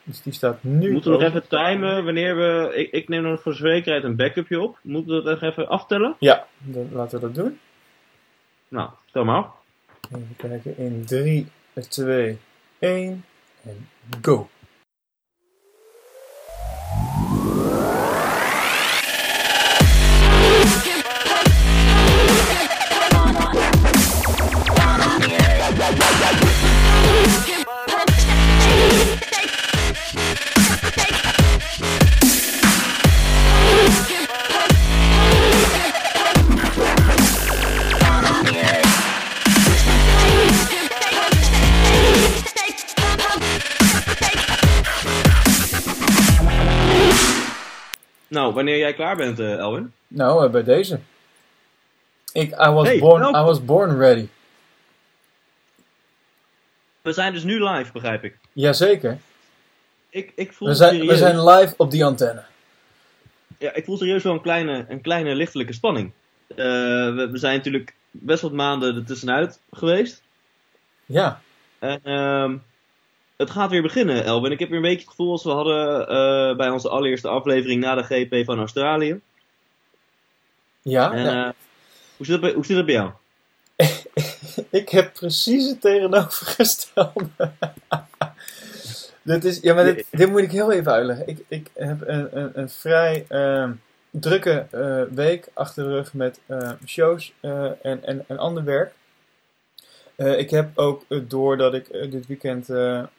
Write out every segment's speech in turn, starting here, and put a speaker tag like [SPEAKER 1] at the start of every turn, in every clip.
[SPEAKER 1] Dus die staat nu.
[SPEAKER 2] We moeten nog even timen wanneer we... Ik neem nog voor zekerheid een backupje op. Moeten we dat even aftellen?
[SPEAKER 1] Ja, dan laten we dat doen.
[SPEAKER 2] Nou, tel maar af.
[SPEAKER 1] Even kijken. In 3, 2, 1 en go.
[SPEAKER 2] Nou, wanneer jij klaar bent, Elwin?
[SPEAKER 1] Nou, bij deze. I was born ready.
[SPEAKER 2] We zijn dus nu live, begrijp ik.
[SPEAKER 1] Jazeker.
[SPEAKER 2] Ik voel
[SPEAKER 1] We
[SPEAKER 2] serieus...
[SPEAKER 1] zijn live op die antenne.
[SPEAKER 2] Ja, ik voel serieus wel een kleine lichtelijke spanning. We zijn natuurlijk best wat maanden ertussenuit geweest.
[SPEAKER 1] Ja.
[SPEAKER 2] En het gaat weer beginnen, Elwin. Ik heb weer een beetje het gevoel als we hadden bij onze allereerste aflevering na de GP van Australië.
[SPEAKER 1] Ja.
[SPEAKER 2] En,
[SPEAKER 1] ja.
[SPEAKER 2] Hoe zit dat bij jou?
[SPEAKER 1] Ik heb precies het tegenovergestelde. Dit moet ik heel even uitleggen. Ik heb een vrij drukke week achter de rug met shows en ander werk. Ik heb ook, doordat ik dit weekend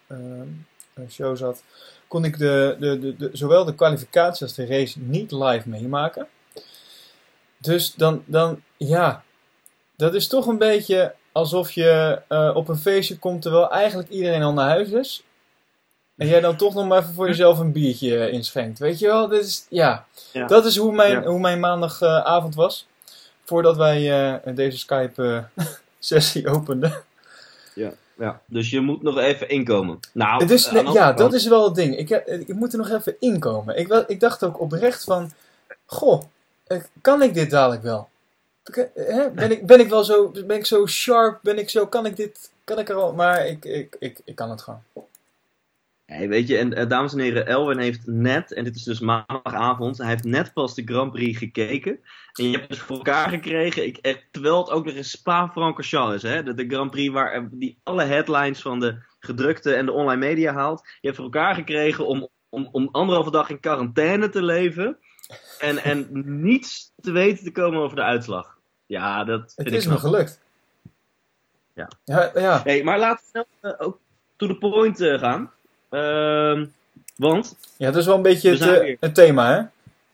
[SPEAKER 1] shows had, kon ik zowel de kwalificatie als de race niet live meemaken. Dus dan ja, dat is toch een beetje alsof je op een feestje komt terwijl eigenlijk iedereen al naar huis is. En jij dan toch nog maar even voor jezelf een biertje inschenkt. Weet je wel, dat is hoe mijn maandagavond was. Voordat wij deze Skype sessie openden.
[SPEAKER 2] Ja, dus je moet nog even inkomen. Nou,
[SPEAKER 1] dat is wel het ding. Ik moet er nog even inkomen. Ik dacht ook oprecht van, goh, kan ik dit dadelijk wel? Ben ik zo sharp? Kan ik er al? Maar ik kan het gewoon.
[SPEAKER 2] Hey, weet je, en dames en heren, Elwin heeft net, en dit is dus maandagavond, hij heeft net pas de Grand Prix gekeken. En je hebt het dus voor elkaar gekregen, terwijl het ook nog eens Spa-Francorchamps is, hè? De Grand Prix die alle headlines van de gedrukte en de online media haalt. Je hebt voor elkaar gekregen om 1,5 dag in quarantaine te leven en niets te weten te komen over de uitslag. Ja, dat vind ik
[SPEAKER 1] Het is me gelukt.
[SPEAKER 2] Ja.
[SPEAKER 1] Ja.
[SPEAKER 2] Hey, maar laten we snel ook to the point gaan. Want...
[SPEAKER 1] Ja, dat is wel een beetje het thema, hè?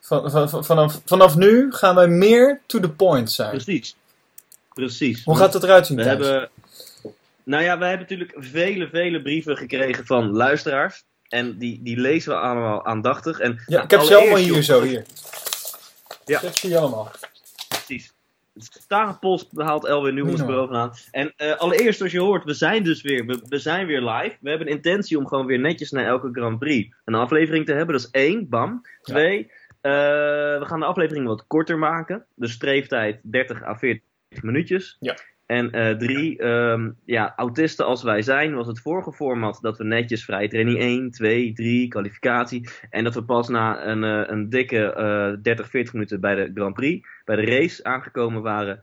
[SPEAKER 1] Vanaf nu gaan wij meer to the point zijn.
[SPEAKER 2] Precies.
[SPEAKER 1] Hoe gaat het eruit zien,
[SPEAKER 2] wij hebben natuurlijk vele brieven gekregen van luisteraars. En die lezen we allemaal aandachtig. En,
[SPEAKER 1] ik heb ze allemaal hier.
[SPEAKER 2] Ja.
[SPEAKER 1] Dat zie je allemaal.
[SPEAKER 2] Precies. Starenpost haalt Elwin nu ons bovenaan. En allereerst, zoals je hoort, we zijn weer live. We hebben een intentie om gewoon weer netjes naar elke Grand Prix een aflevering te hebben. Dat is 1, bam. 2, we gaan de aflevering wat korter maken. De streeftijd 30 à 40 minuutjes.
[SPEAKER 1] Ja.
[SPEAKER 2] En 3, autisten als wij zijn, was het vorige format dat we netjes vrije training 1, 2, 3, kwalificatie. En dat we pas na een dikke 30, 40 minuten bij de Grand Prix, bij de race aangekomen waren.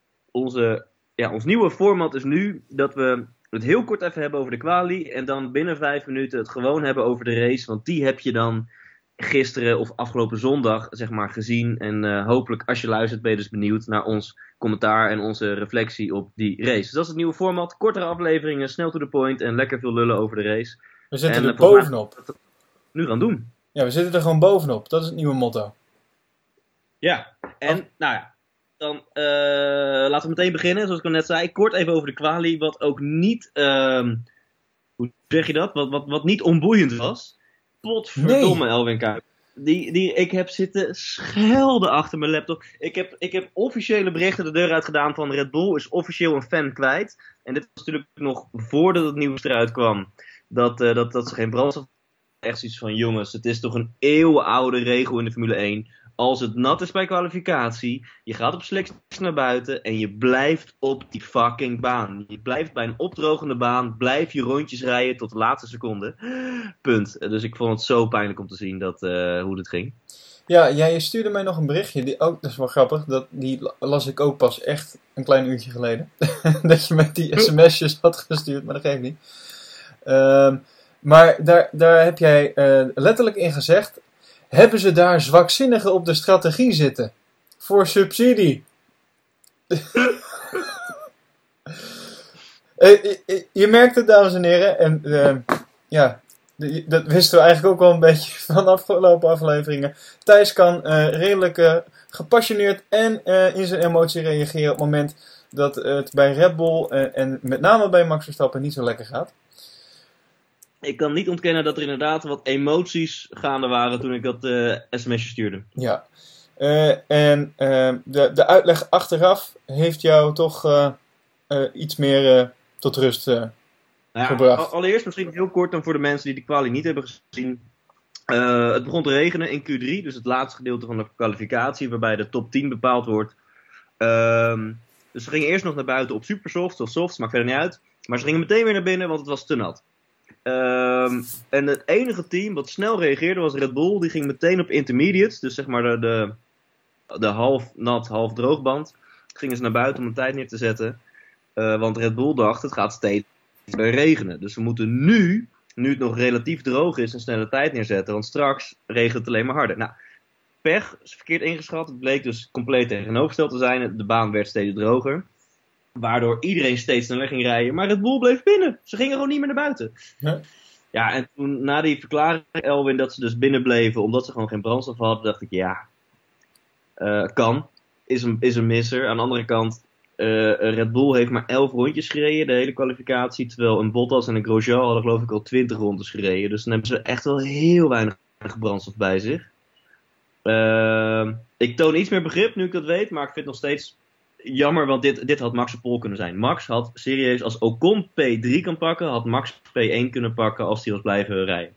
[SPEAKER 2] Ons nieuwe format is nu dat we het heel kort even hebben over de quali. En dan binnen 5 minuten het gewoon hebben over de race. Want die heb je dan gisteren of afgelopen zondag zeg maar gezien. En hopelijk als je luistert ben je dus benieuwd naar ons commentaar en onze reflectie op die race. Dus dat is het nieuwe format. Kortere afleveringen, snel to the point en lekker veel lullen over de race.
[SPEAKER 1] We zitten er bovenop.
[SPEAKER 2] Nu gaan doen.
[SPEAKER 1] Ja, we zitten er gewoon bovenop. Dat is het nieuwe motto.
[SPEAKER 2] Ja, en dan laten we meteen beginnen. Zoals ik al net zei, kort even over de quali. Wat ook niet, hoe zeg je dat? Wat niet onboeiend was. Potverdomme, Elwin Kuip. Ik heb zitten schelden achter mijn laptop. Ik heb officiële berichten de deur uit gedaan van Red Bull is officieel een fan kwijt. En dit was natuurlijk nog voordat het nieuws eruit kwam. Dat ze geen brandstof... Echt zoiets van, jongens, het is toch een eeuwenoude regel in de Formule 1. als het nat is bij kwalificatie, je gaat op selectie naar buiten en je blijft op die fucking baan. Je blijft bij een opdrogende baan, blijf je rondjes rijden tot de laatste seconde. Punt. Dus ik vond het zo pijnlijk om te zien hoe dit ging.
[SPEAKER 1] Ja, je stuurde mij nog een berichtje, dat is wel grappig, die las ik ook pas echt een klein uurtje geleden. Dat je met die sms'jes had gestuurd, maar dat geeft niet. Maar daar heb jij letterlijk in gezegd, hebben ze daar zwakzinnigen op de strategie zitten? Voor subsidie. Je merkt het, dames en heren, en dat wisten we eigenlijk ook wel een beetje van de afgelopen afleveringen. Thijs kan redelijk gepassioneerd en in zijn emotie reageren op het moment dat het bij Red Bull en met name bij Max Verstappen niet zo lekker gaat. Ik
[SPEAKER 2] kan niet ontkennen dat er inderdaad wat emoties gaande waren toen ik dat sms'je stuurde.
[SPEAKER 1] Ja, en de uitleg achteraf heeft jou toch iets meer tot rust gebracht.
[SPEAKER 2] Allereerst misschien heel kort dan voor de mensen die de quali niet hebben gezien. Het begon te regenen in Q3, dus het laatste gedeelte van de kwalificatie, waarbij de top 10 bepaald wordt. Dus ze gingen eerst nog naar buiten op supersofts of softs, maakt verder niet uit. Maar ze gingen meteen weer naar binnen, want het was te nat. En het enige team wat snel reageerde was Red Bull. Die ging meteen op intermediates, dus zeg maar de half nat, half droogband. Gingen ze naar buiten om een tijd neer te zetten. Want Red Bull dacht, het gaat steeds regenen. Dus we moeten nu het nog relatief droog is, een snelle tijd neerzetten. Want straks regent het alleen maar harder. Nou, pech is verkeerd ingeschat. Het bleek dus compleet tegenovergesteld te zijn. De baan werd steeds droger. Waardoor iedereen steeds sneller ging rijden. Maar Red Bull bleef binnen. Ze gingen gewoon niet meer naar buiten. Ja, en toen na die verklaring, Elwin, dat ze dus binnen bleven omdat ze gewoon geen brandstof hadden, dacht ik, kan. Is een misser. Aan de andere kant, Red Bull heeft maar 11 rondjes gereden, de hele kwalificatie. Terwijl een Bottas en een Grosjean hadden geloof ik al 20 rondes gereden. Dus dan hebben ze echt wel heel weinig brandstof bij zich. Ik toon iets meer begrip nu ik dat weet, maar ik vind het nog steeds jammer, want dit had Max op pole kunnen zijn. Max had serieus, als Ocon P3 kan pakken, had Max P1 kunnen pakken als hij was blijven rijden.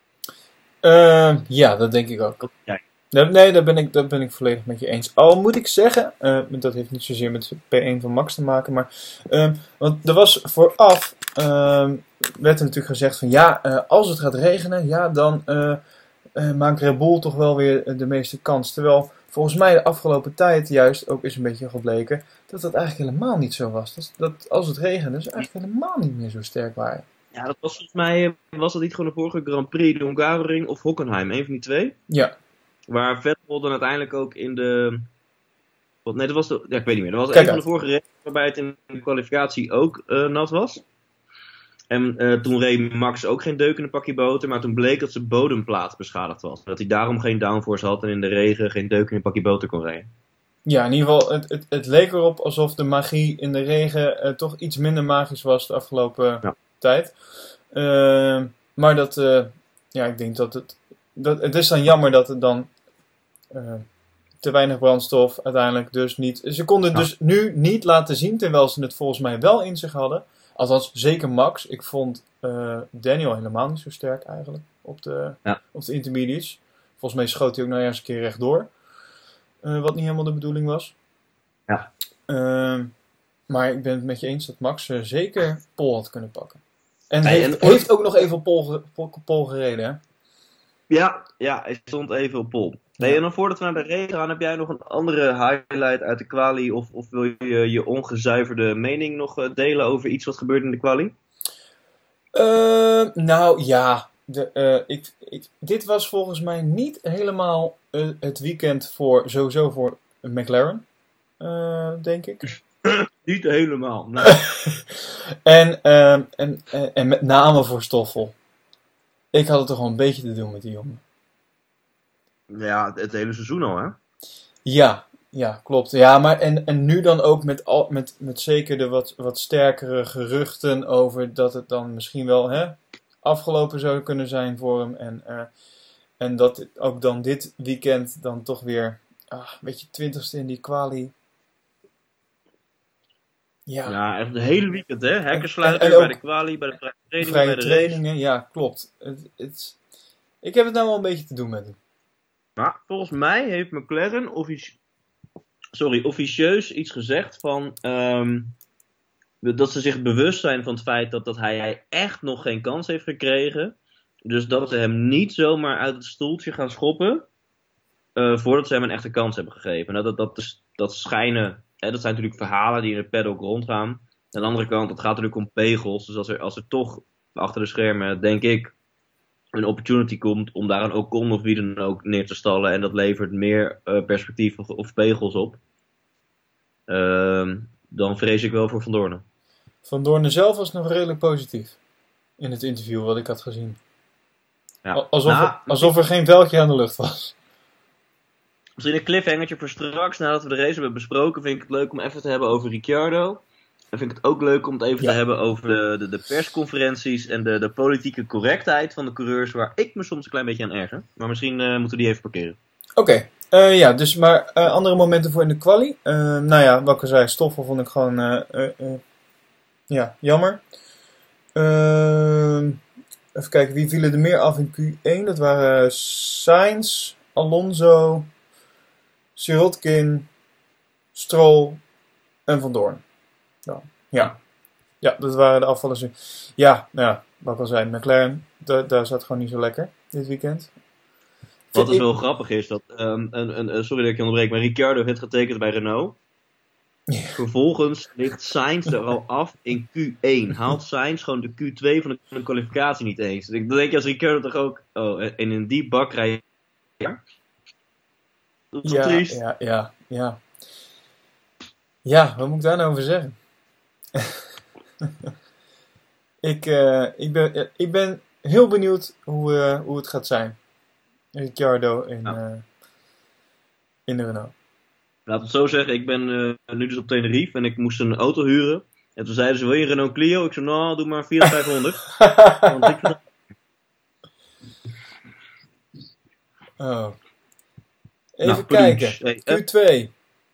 [SPEAKER 1] Ja, dat denk ik ook.
[SPEAKER 2] Ja.
[SPEAKER 1] Nee, dat ben ik volledig met je eens. Al moet ik zeggen, dat heeft niet zozeer met P1 van Max te maken, maar want er was vooraf, werd er natuurlijk gezegd van als het gaat regenen, dan maakt Red Bull toch wel weer de meeste kans. Terwijl volgens mij de afgelopen tijd juist ook is een beetje gebleken dat dat eigenlijk helemaal niet zo was. Dat als het regende, ze eigenlijk helemaal niet meer zo sterk waren.
[SPEAKER 2] Ja, dat was volgens mij, was dat niet gewoon de vorige Grand Prix, de Hungaroring of Hockenheim, een van die twee?
[SPEAKER 1] Ja.
[SPEAKER 2] Waar Vettel dan uiteindelijk ook in de... Nee, dat was ik weet niet meer. Dat was een van de vorige races waarbij het in de kwalificatie ook nat was. En toen reed Max ook geen deuk in een pakje boter, maar toen bleek dat zijn bodemplaat beschadigd was. Dat hij daarom geen downforce had en in de regen geen deuk in een pakje boter kon rijden. Ja,
[SPEAKER 1] in ieder geval, het leek erop alsof de magie in de regen toch iets minder magisch was de afgelopen tijd. Maar ik denk dat het is dan jammer dat het dan te weinig brandstof uiteindelijk dus niet... Ze konden dus nu niet laten zien, terwijl ze het volgens mij wel in zich hadden. Althans, zeker Max. Ik vond Daniel helemaal niet zo sterk eigenlijk op de intermediates. Volgens mij schoot hij ook eens een keer rechtdoor. Wat niet helemaal de bedoeling was.
[SPEAKER 2] Ja.
[SPEAKER 1] Maar ik ben het met je eens dat Max zeker pole had kunnen pakken. En heeft ook nog even op pole gereden, hè?
[SPEAKER 2] Ja, hij stond even op pole. Nee, en dan voordat we naar de race gaan, heb jij nog een andere highlight uit de quali? Of wil je je ongezuiverde mening nog delen over iets wat gebeurt in de quali?
[SPEAKER 1] Dit was volgens mij niet helemaal het weekend sowieso voor McLaren, denk ik.
[SPEAKER 2] Niet helemaal, nee.
[SPEAKER 1] En met name voor Stoffel. Ik had het toch wel een beetje te doen met die jongen.
[SPEAKER 2] Ja, het hele seizoen al, hè?
[SPEAKER 1] Ja, klopt. Ja, maar en nu dan ook met zeker de wat sterkere geruchten over dat het dan misschien wel afgelopen zou kunnen zijn voor hem. En dat ook dan dit weekend dan toch weer, weet je, 20ste in die quali.
[SPEAKER 2] Ja, echt het hele weekend, hè? Hekkersluiter bij de quali, bij de vrije trainingen,
[SPEAKER 1] Ja, klopt. Ik heb het nou wel een beetje te doen met hem.
[SPEAKER 2] Maar volgens mij heeft McLaren officieus iets gezegd van dat ze zich bewust zijn van het feit dat hij echt nog geen kans heeft gekregen. Dus dat ze hem niet zomaar uit het stoeltje gaan schoppen voordat ze hem een echte kans hebben gegeven. Nou, dat schijnen, dat zijn natuurlijk verhalen die in het paddock rondgaan. Aan de andere kant, het gaat natuurlijk om pegels. Dus als er toch achter de schermen, denk ik, een opportunity komt om daar een Ocon of wie dan ook neer te stallen. En dat levert meer perspectief of pegels op. Dan vrees ik wel voor Van Doorn.
[SPEAKER 1] Van Doorn zelf was nog redelijk positief. In het interview wat ik had gezien.
[SPEAKER 2] Ja.
[SPEAKER 1] Alsof er geen veldje aan de lucht was.
[SPEAKER 2] Misschien een cliffhangertje voor straks. Nadat we de race hebben besproken, vind ik het leuk om even te hebben over Ricciardo. En vind ik het ook leuk om het even te hebben over de persconferenties en de politieke correctheid van de coureurs, waar ik me soms een klein beetje aan erger. Maar misschien moeten we die even parkeren.
[SPEAKER 1] Oké. Dus maar andere momenten voor in de quali. Wat ik al zei, Stoffel vond ik gewoon jammer. Even kijken, wie vielen er meer af in Q1? Dat waren Sainz, Alonso, Sirotkin, Stroll en Van Doorn. Ja, dat waren de afvallers. Wat ik al zei, McLaren, daar zat gewoon niet zo lekker dit weekend.
[SPEAKER 2] Wat dus wel grappig is, dat, sorry dat ik je onderbreek, maar Ricciardo heeft getekend bij Renault. Ja. Vervolgens ligt Sainz er al af in Q1. Haalt Sainz gewoon de Q2 van de kwalificatie niet eens. Dan denk je als Ricciardo toch ook, en in die bak rijdt. Dat is triest.
[SPEAKER 1] Ja, wat moet ik daar nou over zeggen? Ik ben heel benieuwd hoe het gaat zijn. Ricciardo in de Renault.
[SPEAKER 2] Laat het zo zeggen, ik ben nu dus op Tenerife en ik moest een auto huren. En toen zeiden ze, wil je een Renault Clio? Ik zei, nou, doe maar 4500. Want ik vind
[SPEAKER 1] Even kijken. Q2.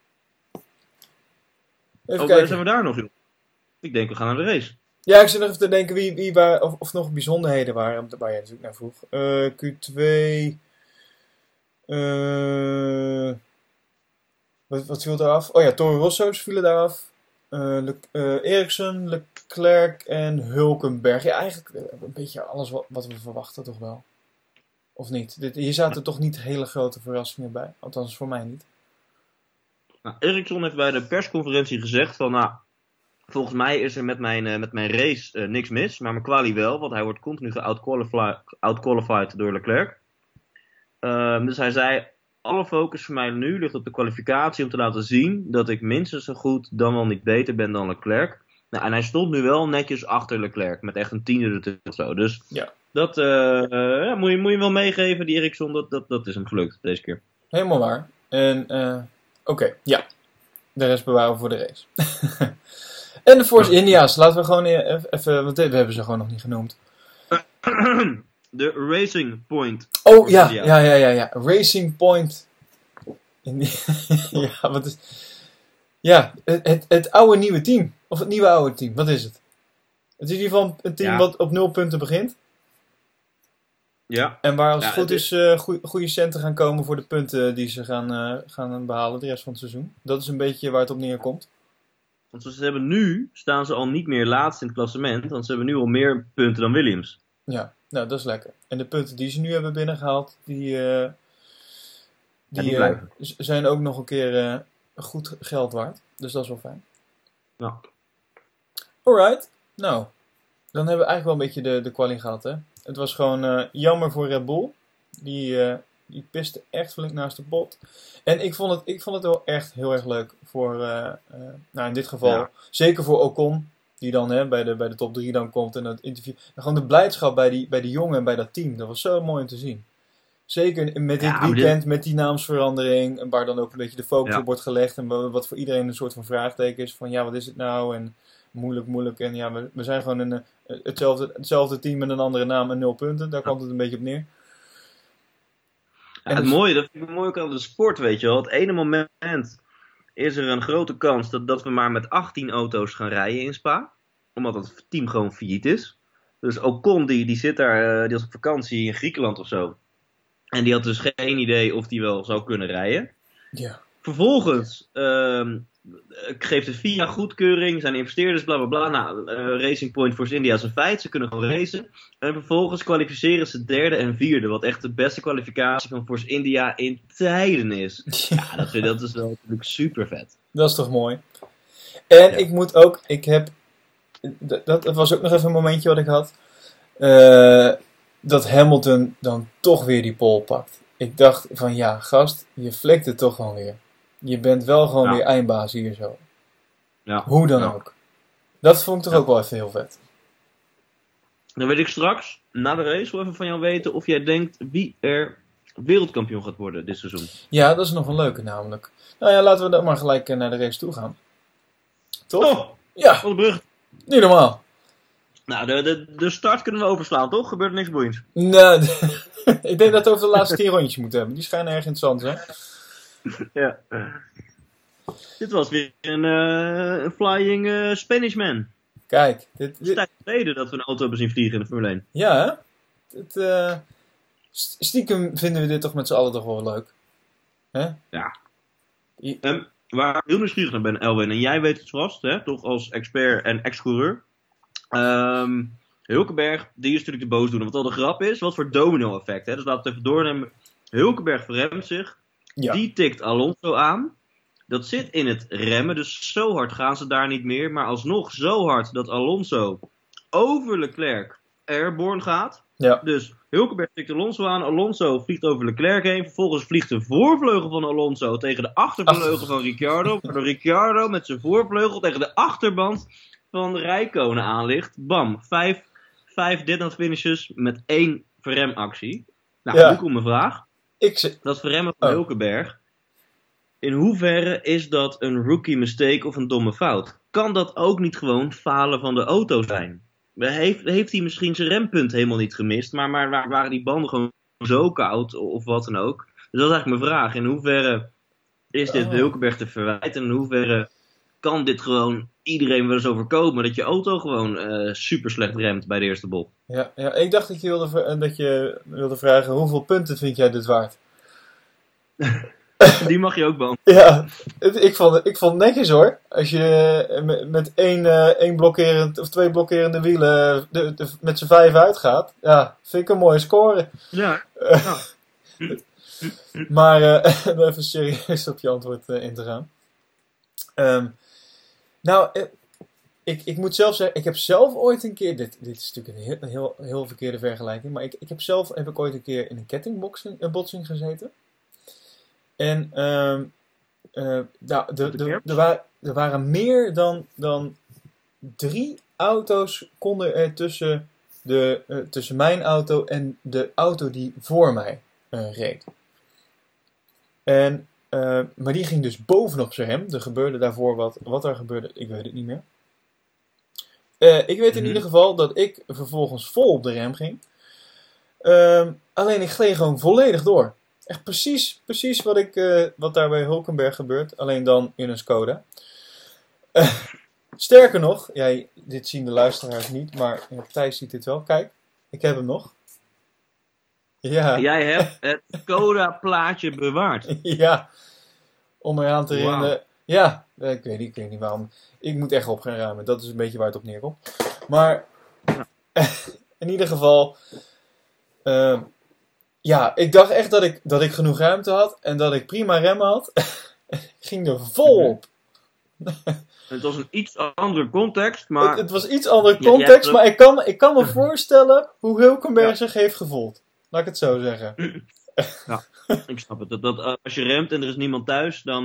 [SPEAKER 2] Even kijken. Zijn we daar nog, joh? Ik denk, we gaan naar de race.
[SPEAKER 1] Ja, ik zit nog even te denken wie waar, of nog bijzonderheden waren waar jij natuurlijk naar vroeg. Q2. Wat viel daar af? Oh ja, Toro Rosso's vielen daar af. Ericsson, Leclerc en Hulkenberg. Ja, eigenlijk een beetje alles wat we verwachten toch wel. Of niet? Hier zaten toch niet hele grote verrassingen bij. Althans voor mij niet.
[SPEAKER 2] Nou, Ericsson heeft bij de persconferentie gezegd van, volgens mij is er met mijn race niks mis, maar mijn quali wel, want hij wordt continu outqualified door Leclerc. Dus hij zei, alle focus voor mij nu ligt op de kwalificatie om te laten zien dat ik minstens zo goed dan wel niet beter ben dan Leclerc. Nou, en hij stond nu wel netjes achter Leclerc, met echt een tiende ertussen of zo. Dus
[SPEAKER 1] ja.
[SPEAKER 2] Dat moet je wel meegeven, die Ericsson, dat is hem gelukt deze keer.
[SPEAKER 1] Helemaal waar. En oké, ja. De rest bewaren we voor de race. En de Force India's. Laten we gewoon even, want we hebben ze gewoon nog niet genoemd.
[SPEAKER 2] De Racing Point.
[SPEAKER 1] Oh ja. Racing Point. Ja, wat is... Ja, het oude nieuwe team. Of het nieuwe oude team. Wat is het? Het is in ieder geval een team wat op 0 punten begint.
[SPEAKER 2] Ja.
[SPEAKER 1] En waar als het goed is goede centen gaan komen voor de punten die ze gaan behalen de rest van het seizoen. Dat is een beetje waar het op neerkomt.
[SPEAKER 2] Want ze hebben nu, staan ze al niet meer laatst in het klassement, want ze hebben nu al meer punten dan Williams.
[SPEAKER 1] Ja, nou dat is lekker. En de punten die ze nu hebben binnengehaald, die zijn ook nog een keer goed geld waard. Dus dat is wel fijn.
[SPEAKER 2] Ja.
[SPEAKER 1] Alright, nou, dan hebben we eigenlijk wel een beetje de quali gehad, hè. Het was gewoon jammer voor Red Bull. Die piste echt flink naast de bot. En ik vond het wel echt heel erg leuk voor, in dit geval, zeker voor Ocon, die dan bij de top 3 dan komt en dat interview. En gewoon de blijdschap bij die jongen en bij dat team, dat was zo mooi om te zien. Zeker met dit weekend, met die naamsverandering, waar dan ook een beetje de focus op wordt gelegd en wat voor iedereen een soort van vraagteken is van wat is het nou en moeilijk en we zijn gewoon hetzelfde team met een andere naam en 0 punten, daar kwam het een beetje op neer.
[SPEAKER 2] Ja, het mooie, dat vind ik mooi ook aan de sport, weet je wel. Het ene moment is er een grote kans dat we maar met 18 auto's gaan rijden in Spa. Omdat het team gewoon failliet is. Dus Ocon, die zit daar, die is op vakantie in Griekenland of zo. En die had dus geen idee of die wel zou kunnen rijden.
[SPEAKER 1] Ja.
[SPEAKER 2] Vervolgens geeft de FIA goedkeuring, zijn investeerders, bla bla bla. Nou, Racing Point Force India is een feit, ze kunnen gewoon racen. En vervolgens kwalificeren ze derde en vierde, wat echt de beste kwalificatie van Force India in tijden is. Ja, dat is wel natuurlijk super vet.
[SPEAKER 1] Dat is toch mooi. En ik moet ook, dat was ook nog even een momentje wat ik had. Dat Hamilton dan toch weer die pole pakt. Ik dacht van ja, gast, je flikt het toch gewoon weer. Je bent wel gewoon weer eindbaas hier zo.
[SPEAKER 2] Ja.
[SPEAKER 1] Hoe dan ook. Dat vond ik toch ook wel even heel vet.
[SPEAKER 2] Dan wil ik straks, na de race, wel even van jou weten of jij denkt wie er wereldkampioen gaat worden dit seizoen.
[SPEAKER 1] Ja, dat is nog een leuke namelijk. Nou ja, laten we dan maar gelijk naar de race toe gaan. Toch?
[SPEAKER 2] Oh,
[SPEAKER 1] ja.
[SPEAKER 2] Van de brug.
[SPEAKER 1] Niet normaal.
[SPEAKER 2] Nou, de start kunnen we overslaan, toch? Gebeurt er niks boeiends.
[SPEAKER 1] Nee, ik denk dat we over de laatste 10 rondjes moeten hebben. Die schijnen erg interessant, hè?
[SPEAKER 2] Ja. Dit was weer een flying Spanish man.
[SPEAKER 1] Kijk.
[SPEAKER 2] Het is tijd geleden dat we een auto hebben zien vliegen in de Formule 1.
[SPEAKER 1] Ja, hè? Stiekem vinden we dit toch met z'n allen toch wel leuk. Hè?
[SPEAKER 2] Ja. Waar ik heel nieuwsgierig naar ben, Elwin, en jij weet het vast, hè? Toch als expert en ex-coureur. Hulkenberg, die is natuurlijk de boosdoener. Wat al de grap is, wat voor domino-effect. Hè? Dus laten we het even doornemen. Hulkenberg verremt zich.
[SPEAKER 1] Ja.
[SPEAKER 2] Die tikt Alonso aan. Dat zit in het remmen, dus zo hard gaan ze daar niet meer. Maar alsnog zo hard dat Alonso over Leclerc airborne gaat.
[SPEAKER 1] Ja.
[SPEAKER 2] Dus Hulkenberg tikt Alonso aan. Alonso vliegt over Leclerc heen. Vervolgens vliegt de voorvleugel van Alonso tegen de achtervleugel van Ricciardo. Waardoor Ricciardo met zijn voorvleugel tegen de achterband van Räikkönen aan ligt. Bam. 5 dead finishes met 1 verremactie. Nou, nu komt mijn vraag. Dat verremmen van Hulkenberg. In hoeverre is dat een rookie mistake of een domme fout? Kan dat ook niet gewoon falen van de auto zijn? Heeft hij misschien zijn rempunt helemaal niet gemist, maar waren die banden gewoon zo koud of wat dan ook? Dus dat is eigenlijk mijn vraag. In hoeverre is dit Hulkenberg te verwijten? En in hoeverre kan dit gewoon iedereen wel eens overkomen? Dat je auto gewoon super slecht remt bij de eerste bocht.
[SPEAKER 1] Ja, ik dacht dat je wilde vragen hoeveel punten vind jij dit waard?
[SPEAKER 2] Die mag je ook beantwoorden.
[SPEAKER 1] Ja, ik vond het netjes hoor. Als je met 1 blokkerend of 2 blokkerende wielen met z'n 5 uitgaat. Ja, vind ik een mooie score.
[SPEAKER 2] Ja.
[SPEAKER 1] Maar even serieus op je antwoord in te gaan. Ik moet zelf zeggen, ik heb zelf ooit een keer, dit is natuurlijk een heel verkeerde vergelijking, maar heb ik ooit een keer in een kettingbotsing gezeten. En er waren meer dan 3 auto's konden er tussen mijn auto en de auto die voor mij reed. En, maar die ging dus bovenop zijn rem. Er gebeurde daarvoor wat er gebeurde, ik weet het niet meer. Ik weet in ieder geval dat ik vervolgens vol op de rem ging. Alleen ik gleed gewoon volledig door. Echt precies wat daar bij Hulkenberg gebeurt. Alleen dan in een Skoda. Sterker nog, dit zien de luisteraars niet, maar Thijs ziet dit wel. Kijk, ik heb hem nog. Ja.
[SPEAKER 2] Jij hebt het Skoda plaatje bewaard.
[SPEAKER 1] Ja, om eraan te herinneren. Ja, ik weet niet waarom. Ik moet echt op gaan ruimen. Dat is een beetje waar het op neerkomt. Maar in ieder geval... ik dacht echt dat ik genoeg ruimte had. En dat ik prima remmen had. Ik ging er vol op.
[SPEAKER 2] Het was een iets andere context, maar...
[SPEAKER 1] Het was iets andere context, maar ik kan me voorstellen hoe Hulkenberg zich heeft gevoeld. Laat ik het zo zeggen.
[SPEAKER 2] Ja, ik snap het. Dat als je remt en er is niemand thuis, dan...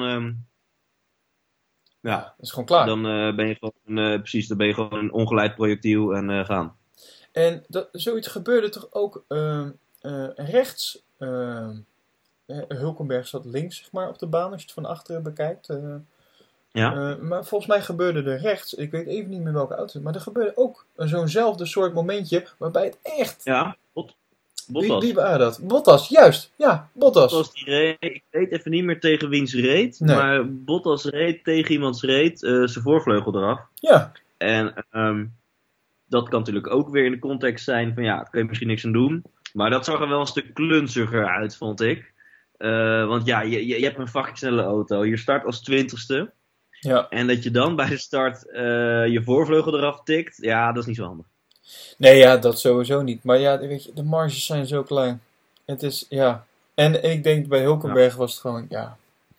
[SPEAKER 1] dat is gewoon klaar.
[SPEAKER 2] Dan ben je gewoon, dan ben je gewoon een ongeleid projectiel en gaan.
[SPEAKER 1] En zoiets gebeurde toch ook rechts. Hulkenberg zat links, zeg maar, op de baan als je het van achteren bekijkt. Maar volgens mij gebeurde er rechts, ik weet even niet meer welke auto, maar er gebeurde ook zo'nzelfde soort momentje waarbij het echt...
[SPEAKER 2] Ja, Bottas.
[SPEAKER 1] Wie waren dat? Bottas, juist. Ja, Bottas.
[SPEAKER 2] Die reed, ik weet even niet meer tegen wiens reed, maar Bottas reed tegen iemands reed, zijn voorvleugel eraf.
[SPEAKER 1] Ja.
[SPEAKER 2] En dat kan natuurlijk ook weer in de context zijn van kun je misschien niks aan doen. Maar dat zag er wel een stuk klunziger uit, vond ik. Want ja, je hebt een fucking snelle auto. Je start als 20ste.
[SPEAKER 1] Ja.
[SPEAKER 2] En dat je dan bij de start je voorvleugel eraf tikt. Ja, dat is niet zo handig.
[SPEAKER 1] Nee, ja, dat sowieso niet. Maar ja, weet je, de marges zijn zo klein. Het is, ja. En ik denk bij Hulkenberg was het gewoon, ja.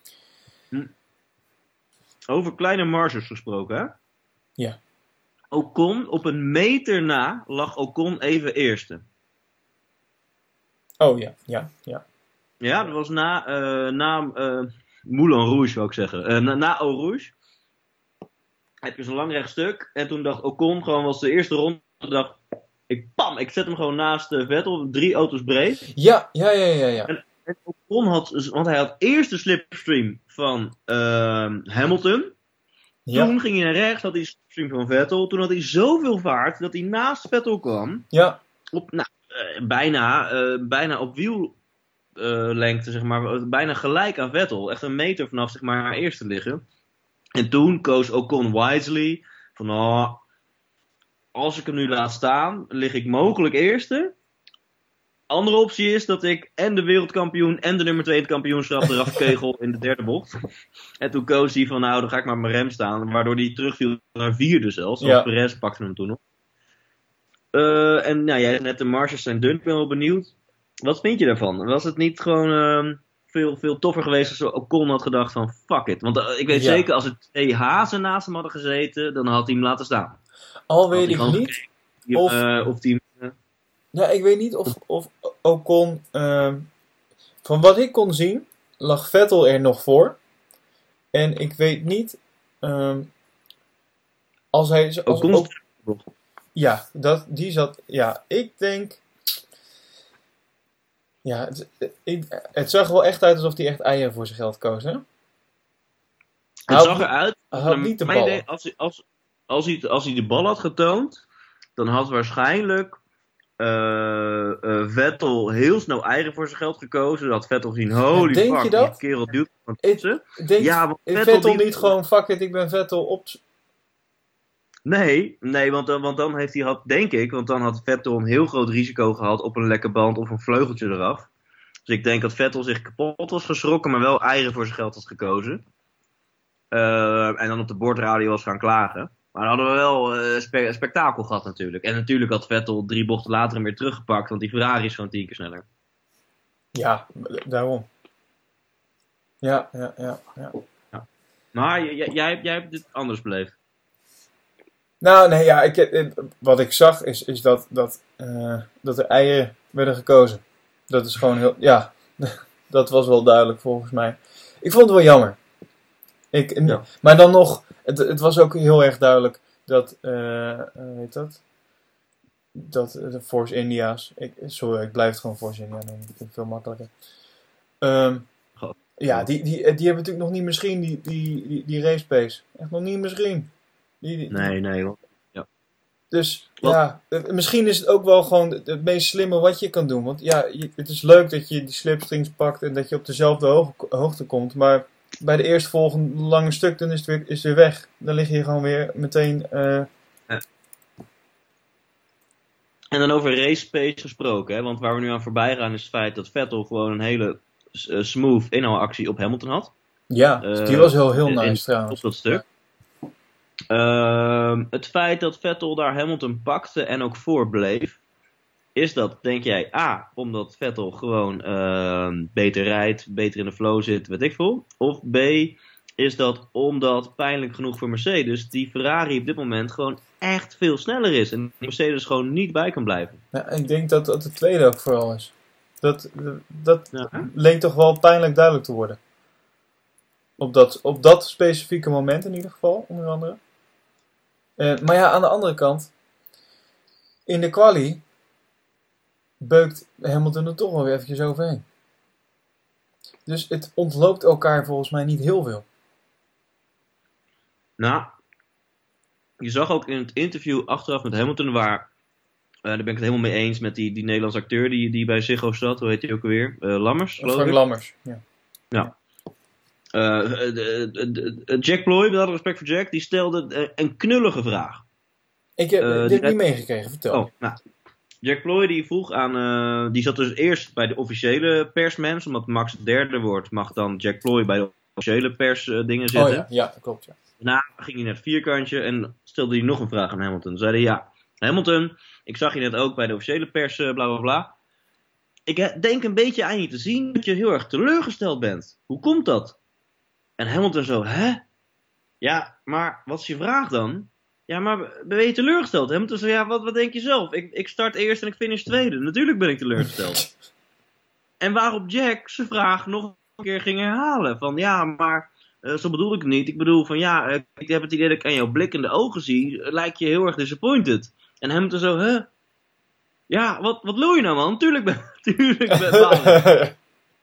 [SPEAKER 2] Over kleine marges gesproken, hè?
[SPEAKER 1] Ja.
[SPEAKER 2] Ocon, op een meter na lag Ocon even eerste.
[SPEAKER 1] Oh ja.
[SPEAKER 2] Ja, dat was na Moulin Rouge, wou ik zeggen. Na Eau Rouge heb je zo'n lang rechtstuk. En toen dacht Ocon, gewoon was de eerste ronde, dacht ik zet hem gewoon naast Vettel, 3 auto's breed.
[SPEAKER 1] Ja.
[SPEAKER 2] En Ocon want hij had eerst de slipstream van Hamilton.
[SPEAKER 1] Ja.
[SPEAKER 2] Toen ging hij naar rechts, had hij de slipstream van Vettel. Toen had hij zoveel vaart dat hij naast Vettel kwam.
[SPEAKER 1] Ja.
[SPEAKER 2] Bijna op wiellengte, zeg maar. Bijna gelijk aan Vettel. Echt een meter vanaf, zeg maar, haar eerste liggen. En toen koos Ocon wisely van, als ik hem nu laat staan, lig ik mogelijk eerste. Andere optie is dat ik en de wereldkampioen en de nummer 2 in het kampioenschap eraf kegel in de derde bocht. En toen koos hij van, dan ga ik maar op mijn rem staan. Waardoor hij terugviel naar vierde zelfs. Want Perez pakte hem toen nog. En nou, jij net de marges zijn dun. Ik ben wel benieuwd. Wat vind je daarvan? Was het niet gewoon veel toffer geweest als Ocon had gedacht van fuck it? Want ik weet zeker, als er 2 hazen naast hem hadden gezeten, dan had hij hem laten staan.
[SPEAKER 1] Al weet ik niet
[SPEAKER 2] of die...
[SPEAKER 1] Ja, ik weet niet of Ocon... van wat ik kon zien, lag Vettel er nog voor. En ik weet niet... als hij... Ja, die zat... Ja, ik denk... Ja, het zag er wel echt uit alsof hij echt eieren voor zijn geld koos, hè?
[SPEAKER 2] Het zag eruit...
[SPEAKER 1] Hij had niet de bal.
[SPEAKER 2] Als hij de bal had getoond, dan had waarschijnlijk Vettel heel snel eieren voor zijn geld gekozen. Dat had Vettel gezien, holy
[SPEAKER 1] denk
[SPEAKER 2] fuck,
[SPEAKER 1] je dat?
[SPEAKER 2] die kerel duwt van
[SPEAKER 1] tussen. Ja, Vettel niet gewoon, fuck it, ik ben Vettel op...
[SPEAKER 2] Nee, want dan heeft hij denk ik, want dan had Vettel een heel groot risico gehad op een lekke band of een vleugeltje eraf. Dus ik denk dat Vettel zich kapot was geschrokken, maar wel eieren voor zijn geld had gekozen. En dan op de bordradio was gaan klagen. Maar dan hadden we wel spektakel gehad natuurlijk. En natuurlijk had Vettel 3 bochten later hem weer teruggepakt, want die Ferrari is gewoon 10 keer sneller.
[SPEAKER 1] Ja, daarom. Ja.
[SPEAKER 2] Maar jij hebt dit anders beleefd.
[SPEAKER 1] Nou, nee, ja, wat ik zag is dat er eieren werden gekozen. Dat is gewoon heel... Ja, dat was wel duidelijk volgens mij. Ik vond het wel jammer. Maar dan nog, het was ook heel erg duidelijk dat... heet dat? Dat de Force India's... ik blijf het gewoon Force India noemen. Dat vind ik veel makkelijker. Ja, die hebben natuurlijk nog niet misschien die race pace. Echt nog niet misschien.
[SPEAKER 2] Nee. Ja.
[SPEAKER 1] Dus ja, misschien is het ook wel gewoon het meest slimme wat je kan doen. Want ja, het is leuk dat je die slipstrings pakt en dat je op dezelfde hoogte komt. Maar bij de eerstvolgende lange stuk, dan is het weer weg. Dan lig je gewoon weer meteen...
[SPEAKER 2] En dan over race pace gesproken, hè? Want waar we nu aan voorbij gaan is het feit dat Vettel gewoon een hele smooth inhaalactie op Hamilton had.
[SPEAKER 1] Ja, die was heel nice trouwens.
[SPEAKER 2] Op dat stuk. Het feit dat Vettel daar Hamilton pakte en ook voor bleef, is dat, denk jij, A, omdat Vettel gewoon beter rijdt, beter in de flow zit, weet ik veel. Of B, is dat omdat, pijnlijk genoeg voor Mercedes, die Ferrari op dit moment gewoon echt veel sneller is. En Mercedes gewoon niet bij kan blijven.
[SPEAKER 1] Ja, ik denk dat het de tweede ook vooral is. Dat leek toch wel pijnlijk duidelijk te worden. Op dat specifieke moment in ieder geval, onder andere. Maar ja, aan de andere kant, in de quali beukt Hamilton er toch wel weer eventjes overheen. Dus het ontloopt elkaar volgens mij niet heel veel.
[SPEAKER 2] Nou, je zag ook in het interview achteraf met Hamilton, waar, daar ben ik het helemaal mee eens met die Nederlandse acteur die bij Ziggo zat, hoe heet die ook alweer? Lammers?
[SPEAKER 1] Frank Lammers, ja.
[SPEAKER 2] Ja. Jack Ploy, met alle respect voor Jack, die stelde een knullige vraag.
[SPEAKER 1] Ik heb dit niet meegekregen, vertel.
[SPEAKER 2] Nou, Jack Ploy die vroeg aan... die zat dus eerst bij de officiële persmens. Omdat Max derde wordt, mag dan Jack Ploy bij de officiële persdingen zitten.
[SPEAKER 1] Oh ja, klopt. Ja.
[SPEAKER 2] Daarna ging hij naar het vierkantje en stelde hij nog een vraag aan Hamilton. Zei hij, ja, Hamilton, ik zag je net ook bij de officiële pers, bla bla bla. Ik denk een beetje aan je te zien dat je heel erg teleurgesteld bent. Hoe komt dat? En Hamilton zo, hè? Ja, maar wat is je vraag dan? Ja, maar ben je teleurgesteld? Hamilton zo, ja, wat denk je zelf? Ik start eerst en ik finish tweede. Natuurlijk ben ik teleurgesteld. En waarop Jack zijn vraag nog een keer ging herhalen. Van, ja, maar zo bedoel ik het niet. Ik bedoel van, ja, ik heb het idee dat ik aan jouw blik in de ogen zie. Lijkt je heel erg disappointed. En Hamilton zo, hè? Ja, wat lul je nou, man? Tuurlijk ben ik.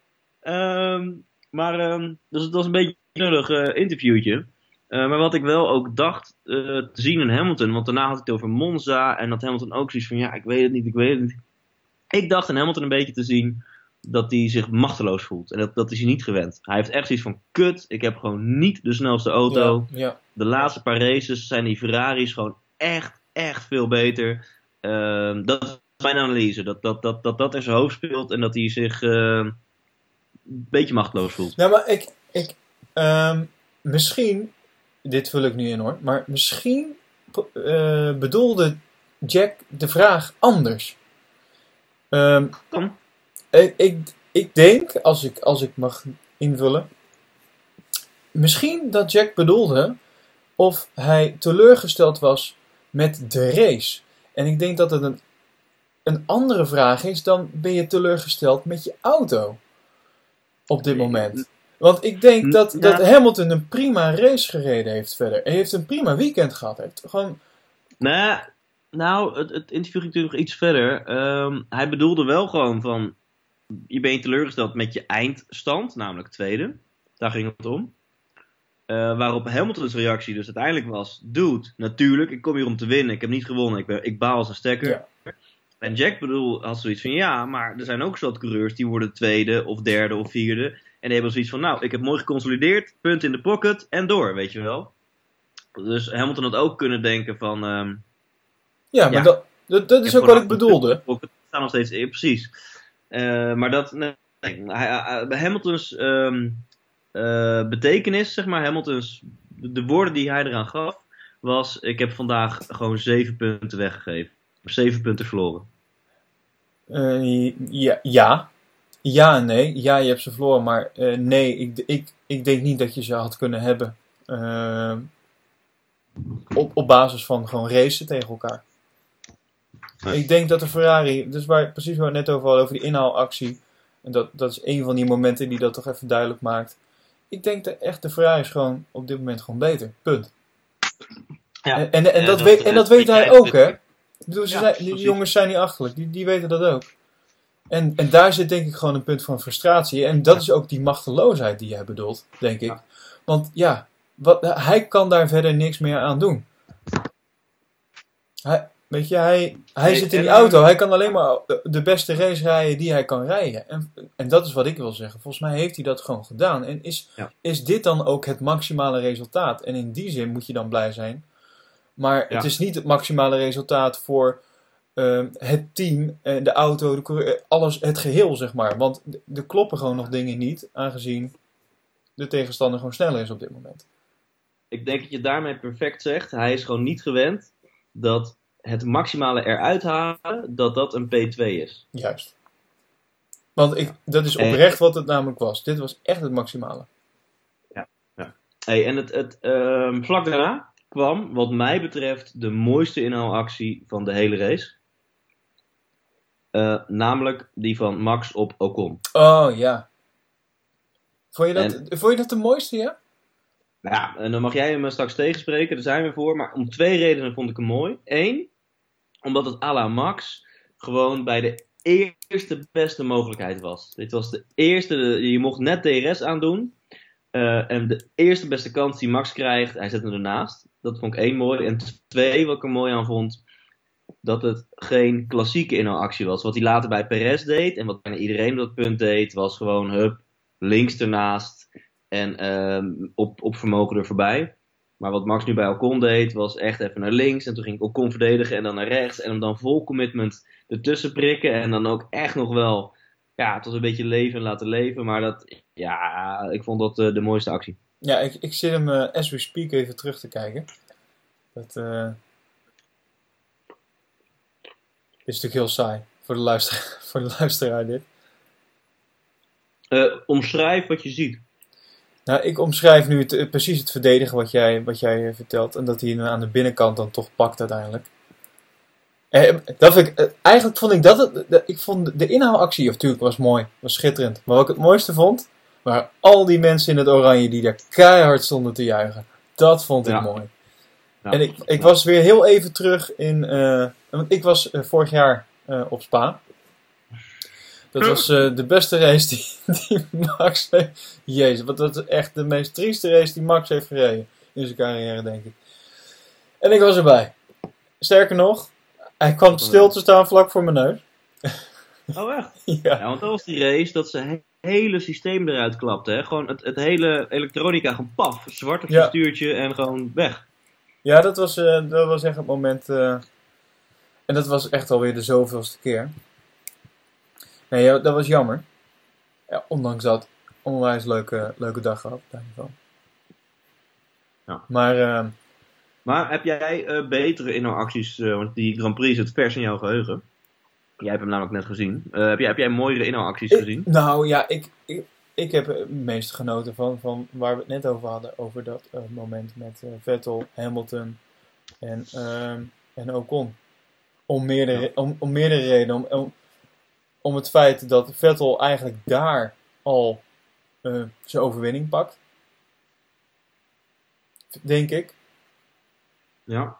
[SPEAKER 2] Dus dat was een beetje een knullig interviewtje. Maar wat ik wel ook dacht te zien in Hamilton, want daarna had ik het over Monza en dat Hamilton ook zoiets van, ja, ik weet het niet. Ik dacht in Hamilton een beetje te zien dat hij zich machteloos voelt. En dat is hij niet gewend. Hij heeft echt zoiets van, kut, ik heb gewoon niet de snelste auto.
[SPEAKER 1] Ja.
[SPEAKER 2] De laatste paar races zijn die Ferraris gewoon echt veel beter. Dat is mijn analyse. Dat in zijn hoofd speelt en dat hij zich een beetje machteloos voelt.
[SPEAKER 1] Nou, maar ik misschien, dit vul ik nu in hoor, maar misschien bedoelde Jack de vraag anders.
[SPEAKER 2] Kom.
[SPEAKER 1] Ik denk, als ik mag invullen, misschien dat Jack bedoelde of hij teleurgesteld was met de race. En ik denk dat het een andere vraag is dan ben je teleurgesteld met je auto op dit moment. Want ik denk dat Hamilton een prima race gereden heeft verder. Hij heeft een prima weekend gehad. Hij heeft gewoon...
[SPEAKER 2] Nou, het interview ging natuurlijk nog iets verder. Hij bedoelde wel gewoon van... Je bent teleurgesteld met je eindstand, namelijk tweede. Daar ging het om. Waarop Hamilton's reactie dus uiteindelijk was... Dude, natuurlijk, ik kom hier om te winnen. Ik heb niet gewonnen. Ik baal als een stekker. Ja. En Jack had zoiets van... Ja, maar er zijn ook zo wat coureurs die worden tweede of derde of vierde. En die hebben zoiets van... Nou, ik heb mooi geconsolideerd. Punt in de pocket en door, weet je wel. Dus Hamilton had ook kunnen denken van...
[SPEAKER 1] maar dat is ook wat ik bedoelde.
[SPEAKER 2] Het staat nog steeds... precies. Maar dat... bij Hamilton's betekenis, zeg maar... Hamilton's... De woorden die hij eraan gaf... Was... Ik heb vandaag gewoon 7 punten weggegeven. 7 punten verloren.
[SPEAKER 1] Ja. Ja en nee. Ja, je hebt ze verloren. Maar nee, ik denk niet dat je ze had kunnen hebben. Op basis van gewoon racen tegen elkaar. Nee. Ik denk dat de Ferrari... Dus precies waar we het net over hadden. Over die inhaalactie. En dat is een van die momenten die dat toch even duidelijk maakt. Ik denk dat echt de Ferrari is gewoon op dit moment gewoon beter. Punt. Ja. En dat weet hij ook, hè? Ik bedoel, die jongens zijn niet achterlijk. Die weten dat ook. En daar zit denk ik gewoon een punt van frustratie. En dat is ook die machteloosheid die jij bedoelt, denk ik. Want ja, hij kan daar verder niks meer aan doen. Hij zit in die auto. Hij kan alleen maar de beste race rijden die hij kan rijden. En dat is wat ik wil zeggen. Volgens mij heeft hij dat gewoon gedaan. En is dit dan ook het maximale resultaat? En in die zin moet je dan blij zijn. Maar het is niet het maximale resultaat voor het team, de auto, alles, het geheel, zeg maar. Want er kloppen gewoon nog dingen niet, aangezien de tegenstander gewoon sneller is op dit moment.
[SPEAKER 2] Ik denk dat je daarmee perfect zegt. Hij is gewoon niet gewend dat het maximale eruit halen, dat een P2 is.
[SPEAKER 1] Juist. Want dat is oprecht wat het namelijk was. Dit was echt het maximale.
[SPEAKER 2] Ja. Hey, en het vlak daarna kwam, wat mij betreft, de mooiste inhaalactie van de hele race. Namelijk die van Max op Ocon.
[SPEAKER 1] Oh, ja. Vond je dat de mooiste, ja?
[SPEAKER 2] Nou ja, en dan mag jij hem straks tegenspreken, daar zijn we voor. Maar om 2 redenen vond ik hem mooi. 1, omdat het à la Max gewoon bij de eerste beste mogelijkheid was. Dit was de eerste, je mocht net DRS aandoen. En de eerste beste kans die Max krijgt, hij zet hem ernaast. Dat vond ik 1 mooi. En 2, wat ik er mooi aan vond, dat het geen klassieke inhaalactie was. Wat hij later bij Perez deed, en wat bijna iedereen op dat punt deed, was gewoon links ernaast en op vermogen er voorbij. Maar wat Max nu bij Ocon deed, was echt even naar links. En toen ging Ocon verdedigen en dan naar rechts. En hem dan vol commitment ertussen prikken. En dan ook echt nog wel tot een beetje leven laten leven. Maar ik vond dat de mooiste actie.
[SPEAKER 1] Ja, ik zit hem as we speak even terug te kijken. Dat is natuurlijk heel saai voor de luisteraar dit.
[SPEAKER 2] Omschrijf wat je ziet.
[SPEAKER 1] Nou, ik omschrijf nu precies het verdedigen wat jij vertelt. En dat hij hem aan de binnenkant dan toch pakt uiteindelijk. Eigenlijk vond ik dat... Ik vond de inhaalactie, of natuurlijk, was mooi. Was schitterend. Maar wat ik het mooiste vond, waren al die mensen in het oranje die daar keihard stonden te juichen. Dat vond ik mooi. Ja. En ik was weer heel even terug in... want ik was vorig jaar op Spa. Dat was de beste race die Max heeft... Jezus, want dat is echt de meest trieste race die Max heeft gereden. In zijn carrière, denk ik. En ik was erbij. Sterker nog, hij kwam stil te staan vlak voor mijn neus.
[SPEAKER 2] Oh echt?
[SPEAKER 1] Ja,
[SPEAKER 2] want dat was die race dat ze hele systeem eruit klapte. Hè? Gewoon het hele elektronica, gewoon paf. Zwart op zijn stuurtje en gewoon weg.
[SPEAKER 1] Ja, dat was echt het moment... en dat was echt alweer de zoveelste keer. Nee, dat was jammer. Ja, ondanks dat, onwijs leuke dag gehad.
[SPEAKER 2] Ja.
[SPEAKER 1] Maar
[SPEAKER 2] heb jij betere inhaalacties? Want die Grand Prix zit vers in jouw geheugen. Jij hebt hem namelijk net gezien. Heb jij mooiere inhaalacties gezien?
[SPEAKER 1] Nou ja, ik heb het meest genoten van waar we het net over hadden. Over dat moment met Vettel, Hamilton en Ocon. Om meerdere redenen. Om het feit dat Vettel eigenlijk daar al zijn overwinning pakt. Denk ik.
[SPEAKER 2] Ja.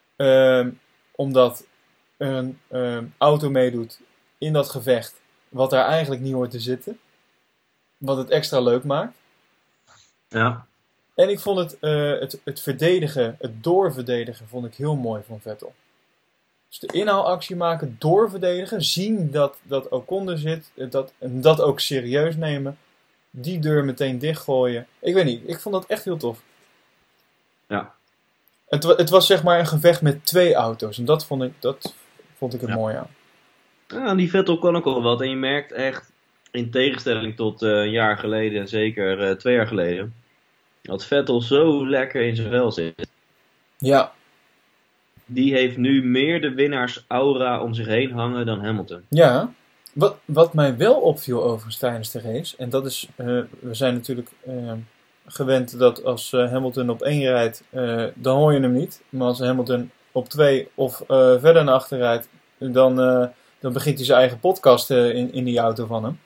[SPEAKER 1] Omdat er een auto meedoet in dat gevecht. Wat daar eigenlijk niet hoort te zitten. Wat het extra leuk maakt.
[SPEAKER 2] Ja.
[SPEAKER 1] En ik vond het verdedigen, het doorverdedigen, vond ik heel mooi van Vettel. Dus de inhaalactie maken, doorverdedigen, zien dat Ocon er zit, dat ook serieus nemen, die deur meteen dichtgooien. Ik weet niet, ik vond dat echt heel tof.
[SPEAKER 2] Ja.
[SPEAKER 1] Het was zeg maar een gevecht met 2 auto's en dat vond ik het mooi aan.
[SPEAKER 2] Ja, die Vettel kon ook al wat en je merkt echt, in tegenstelling tot een jaar geleden, zeker 2 jaar geleden, dat Vettel zo lekker in zijn vel zit.
[SPEAKER 1] Ja.
[SPEAKER 2] Die heeft nu meer de winnaars-aura om zich heen hangen dan Hamilton.
[SPEAKER 1] Ja, wat mij wel opviel overigens tijdens de race, en dat is, we zijn natuurlijk gewend dat als Hamilton op 1 rijdt, dan hoor je hem niet. Maar als Hamilton op 2 of verder naar achter rijdt, dan begint hij zijn eigen podcast in die auto van hem.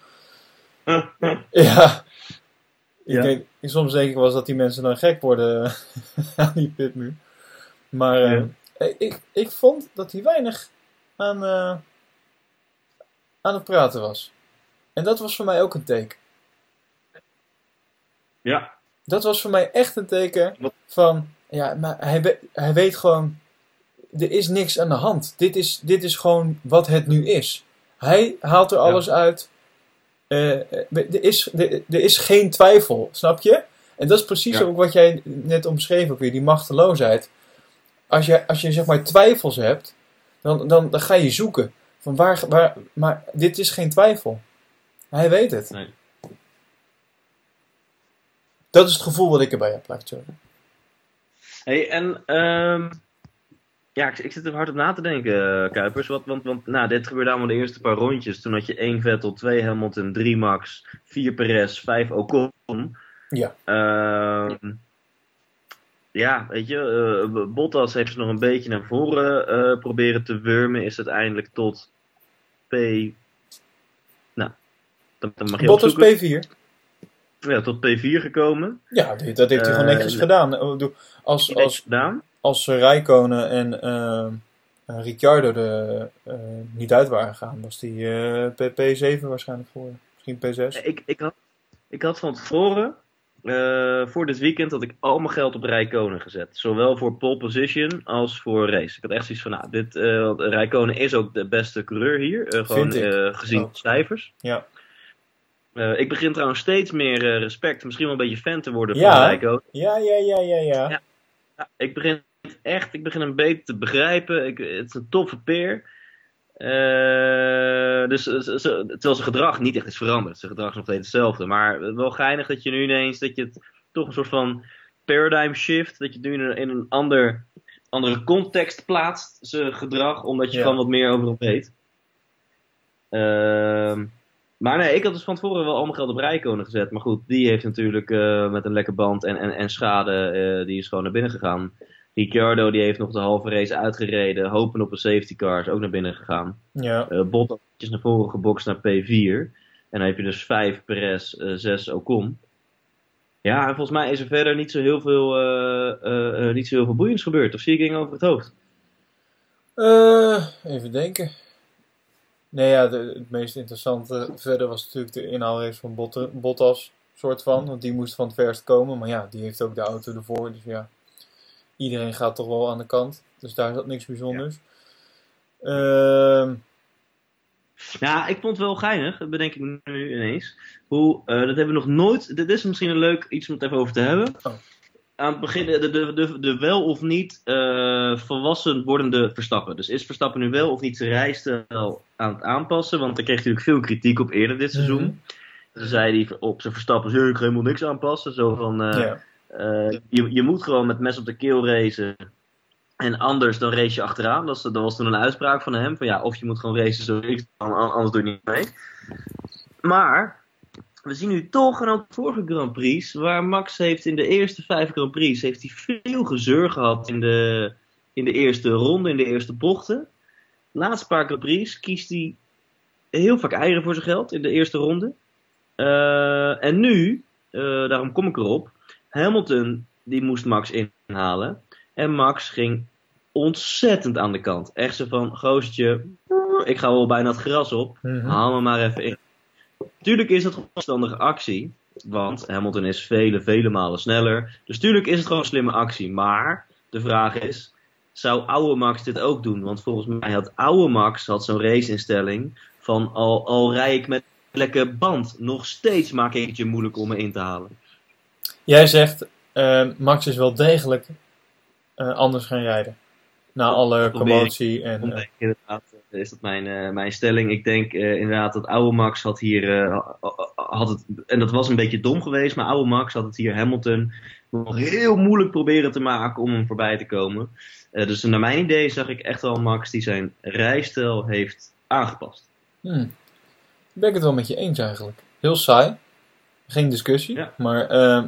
[SPEAKER 1] Ja. Soms denk ik wel eens dat die mensen dan gek worden aan die pitmuur. Maar ik vond dat hij weinig aan het praten was. En dat was voor mij ook een teken.
[SPEAKER 2] Ja.
[SPEAKER 1] Dat was voor mij echt een teken van... Ja, maar hij weet gewoon... Er is niks aan de hand. Dit is gewoon wat het nu is. Hij haalt er alles uit. Er is geen twijfel, snap je? En dat is precies ook wat jij net omschreef ook weer, die machteloosheid. Als je zeg maar twijfels hebt, dan ga je zoeken. Van waar, maar dit is geen twijfel. Hij weet het.
[SPEAKER 2] Nee.
[SPEAKER 1] Dat is het gevoel wat ik erbij heb, laat ik het zeggen.
[SPEAKER 2] Hey, en ik zit er hard op na te denken, Kuipers. Want dit gebeurde allemaal de eerste paar rondjes. Toen had je 1 Vettel, 2 Hamilton, 3 Max, 4 Perez, 5 Ocon.
[SPEAKER 1] Ja.
[SPEAKER 2] Weet je, Bottas heeft ze nog een beetje naar voren proberen te wurmen. Is uiteindelijk tot P... Nou, dan mag je
[SPEAKER 1] Bottas
[SPEAKER 2] opzoeken.
[SPEAKER 1] P4.
[SPEAKER 2] Ja, tot P4 gekomen.
[SPEAKER 1] Ja, dat heeft hij gewoon netjes gedaan. Als Räikkönen en Ricciardo er niet uit waren gegaan, was hij P7 waarschijnlijk geworden. Misschien P6.
[SPEAKER 2] Ik had van tevoren, voor dit weekend, had ik al mijn geld op Räikkönen gezet. Zowel voor pole position als voor race. Ik had echt zoiets van, Räikkönen is ook de beste coureur hier. Gezien cijfers.
[SPEAKER 1] Ja.
[SPEAKER 2] Ik begin trouwens steeds meer respect, misschien wel een beetje fan te worden van Räikkönen.
[SPEAKER 1] Ja.
[SPEAKER 2] Ja, ik begin hem beter te begrijpen. Het is een toffe peer. Terwijl zijn gedrag niet echt is veranderd. Zijn gedrag is nog steeds hetzelfde. Maar wel geinig dat je nu ineens, dat je het toch een soort van paradigm shift, dat je het nu in een andere context plaatst, zijn gedrag, omdat je gewoon wat meer over hem weet. Maar nee, ik had dus van tevoren wel allemaal geld op Räikkönen gezet. Maar goed, die heeft natuurlijk met een lekker band en schade, die is gewoon naar binnen gegaan. Ricciardo die heeft nog de halve race uitgereden, hopen op een safety car, is ook naar binnen gegaan.
[SPEAKER 1] Ja.
[SPEAKER 2] Bottas is naar voren gebokst naar P4. En dan heb je dus 5 Perez, 6 Ocon. Ja, en volgens mij is er verder niet zo heel veel boeiends gebeurd. Of zie ik dingen over het hoofd?
[SPEAKER 1] Even denken. Nee, ja, het meest interessante verder was natuurlijk de inhaalrace van Bottas, soort van. Want die moest van het verst komen. Maar ja, die heeft ook de auto ervoor. Dus ja, iedereen gaat toch wel aan de kant. Dus daar zat niks bijzonders.
[SPEAKER 2] Ja, ik vond het wel geinig, dat bedenk ik me nu ineens. Dat hebben we nog nooit. Dit is misschien een leuk iets om het even over te hebben.
[SPEAKER 1] Oh.
[SPEAKER 2] Aan het begin, de wel of niet volwassen wordende Verstappen. Dus is Verstappen nu wel of niet zijn rijstijl aan het aanpassen? Want daar kreeg hij natuurlijk veel kritiek op eerder dit seizoen.
[SPEAKER 1] Mm-hmm.
[SPEAKER 2] Toen zei hij op zijn Verstappen, ik ga helemaal niks aanpassen. Zo van, je moet gewoon met mes op de keel racen. En anders dan race je achteraan. Dat was toen een uitspraak van hem. Van ja, of je moet gewoon racen zo niks, anders doe je niet mee. Maar we zien nu toch, en ook de vorige Grand Prix, waar Max heeft in de eerste 5 Grand Prix, heeft hij veel gezeur gehad in de eerste ronde, in de eerste bochten. De laatste paar Grand Prix kiest hij heel vaak eieren voor zijn geld in de eerste ronde. En nu, daarom kom ik erop, Hamilton die moest Max inhalen. En Max ging ontzettend aan de kant. Echt zo van, gozer, ik ga wel bijna het gras op.
[SPEAKER 1] Mm-hmm.
[SPEAKER 2] Haal me maar even in. Tuurlijk is het gewoon een verstandige actie. Want Hamilton is vele malen sneller. Dus tuurlijk is het gewoon een slimme actie. Maar de vraag is, zou oude Max dit ook doen? Want volgens mij had oude Max zo'n raceinstelling van al rij ik met een lekke band. Nog steeds maak ik het je moeilijk om me in te halen.
[SPEAKER 1] Jij zegt, Max is wel degelijk anders gaan rijden. Na alle commotie en...
[SPEAKER 2] Inderdaad, is dat mijn stelling. Ik denk inderdaad dat oude Max had hier... had het, en dat was een beetje dom geweest, maar oude Max had het hier Hamilton nog heel moeilijk proberen te maken om hem voorbij te komen. Dus naar mijn idee zag ik echt wel Max die zijn rijstijl heeft aangepast.
[SPEAKER 1] Ik ben het wel met je eens eigenlijk. Heel saai. Geen discussie. Ja. Maar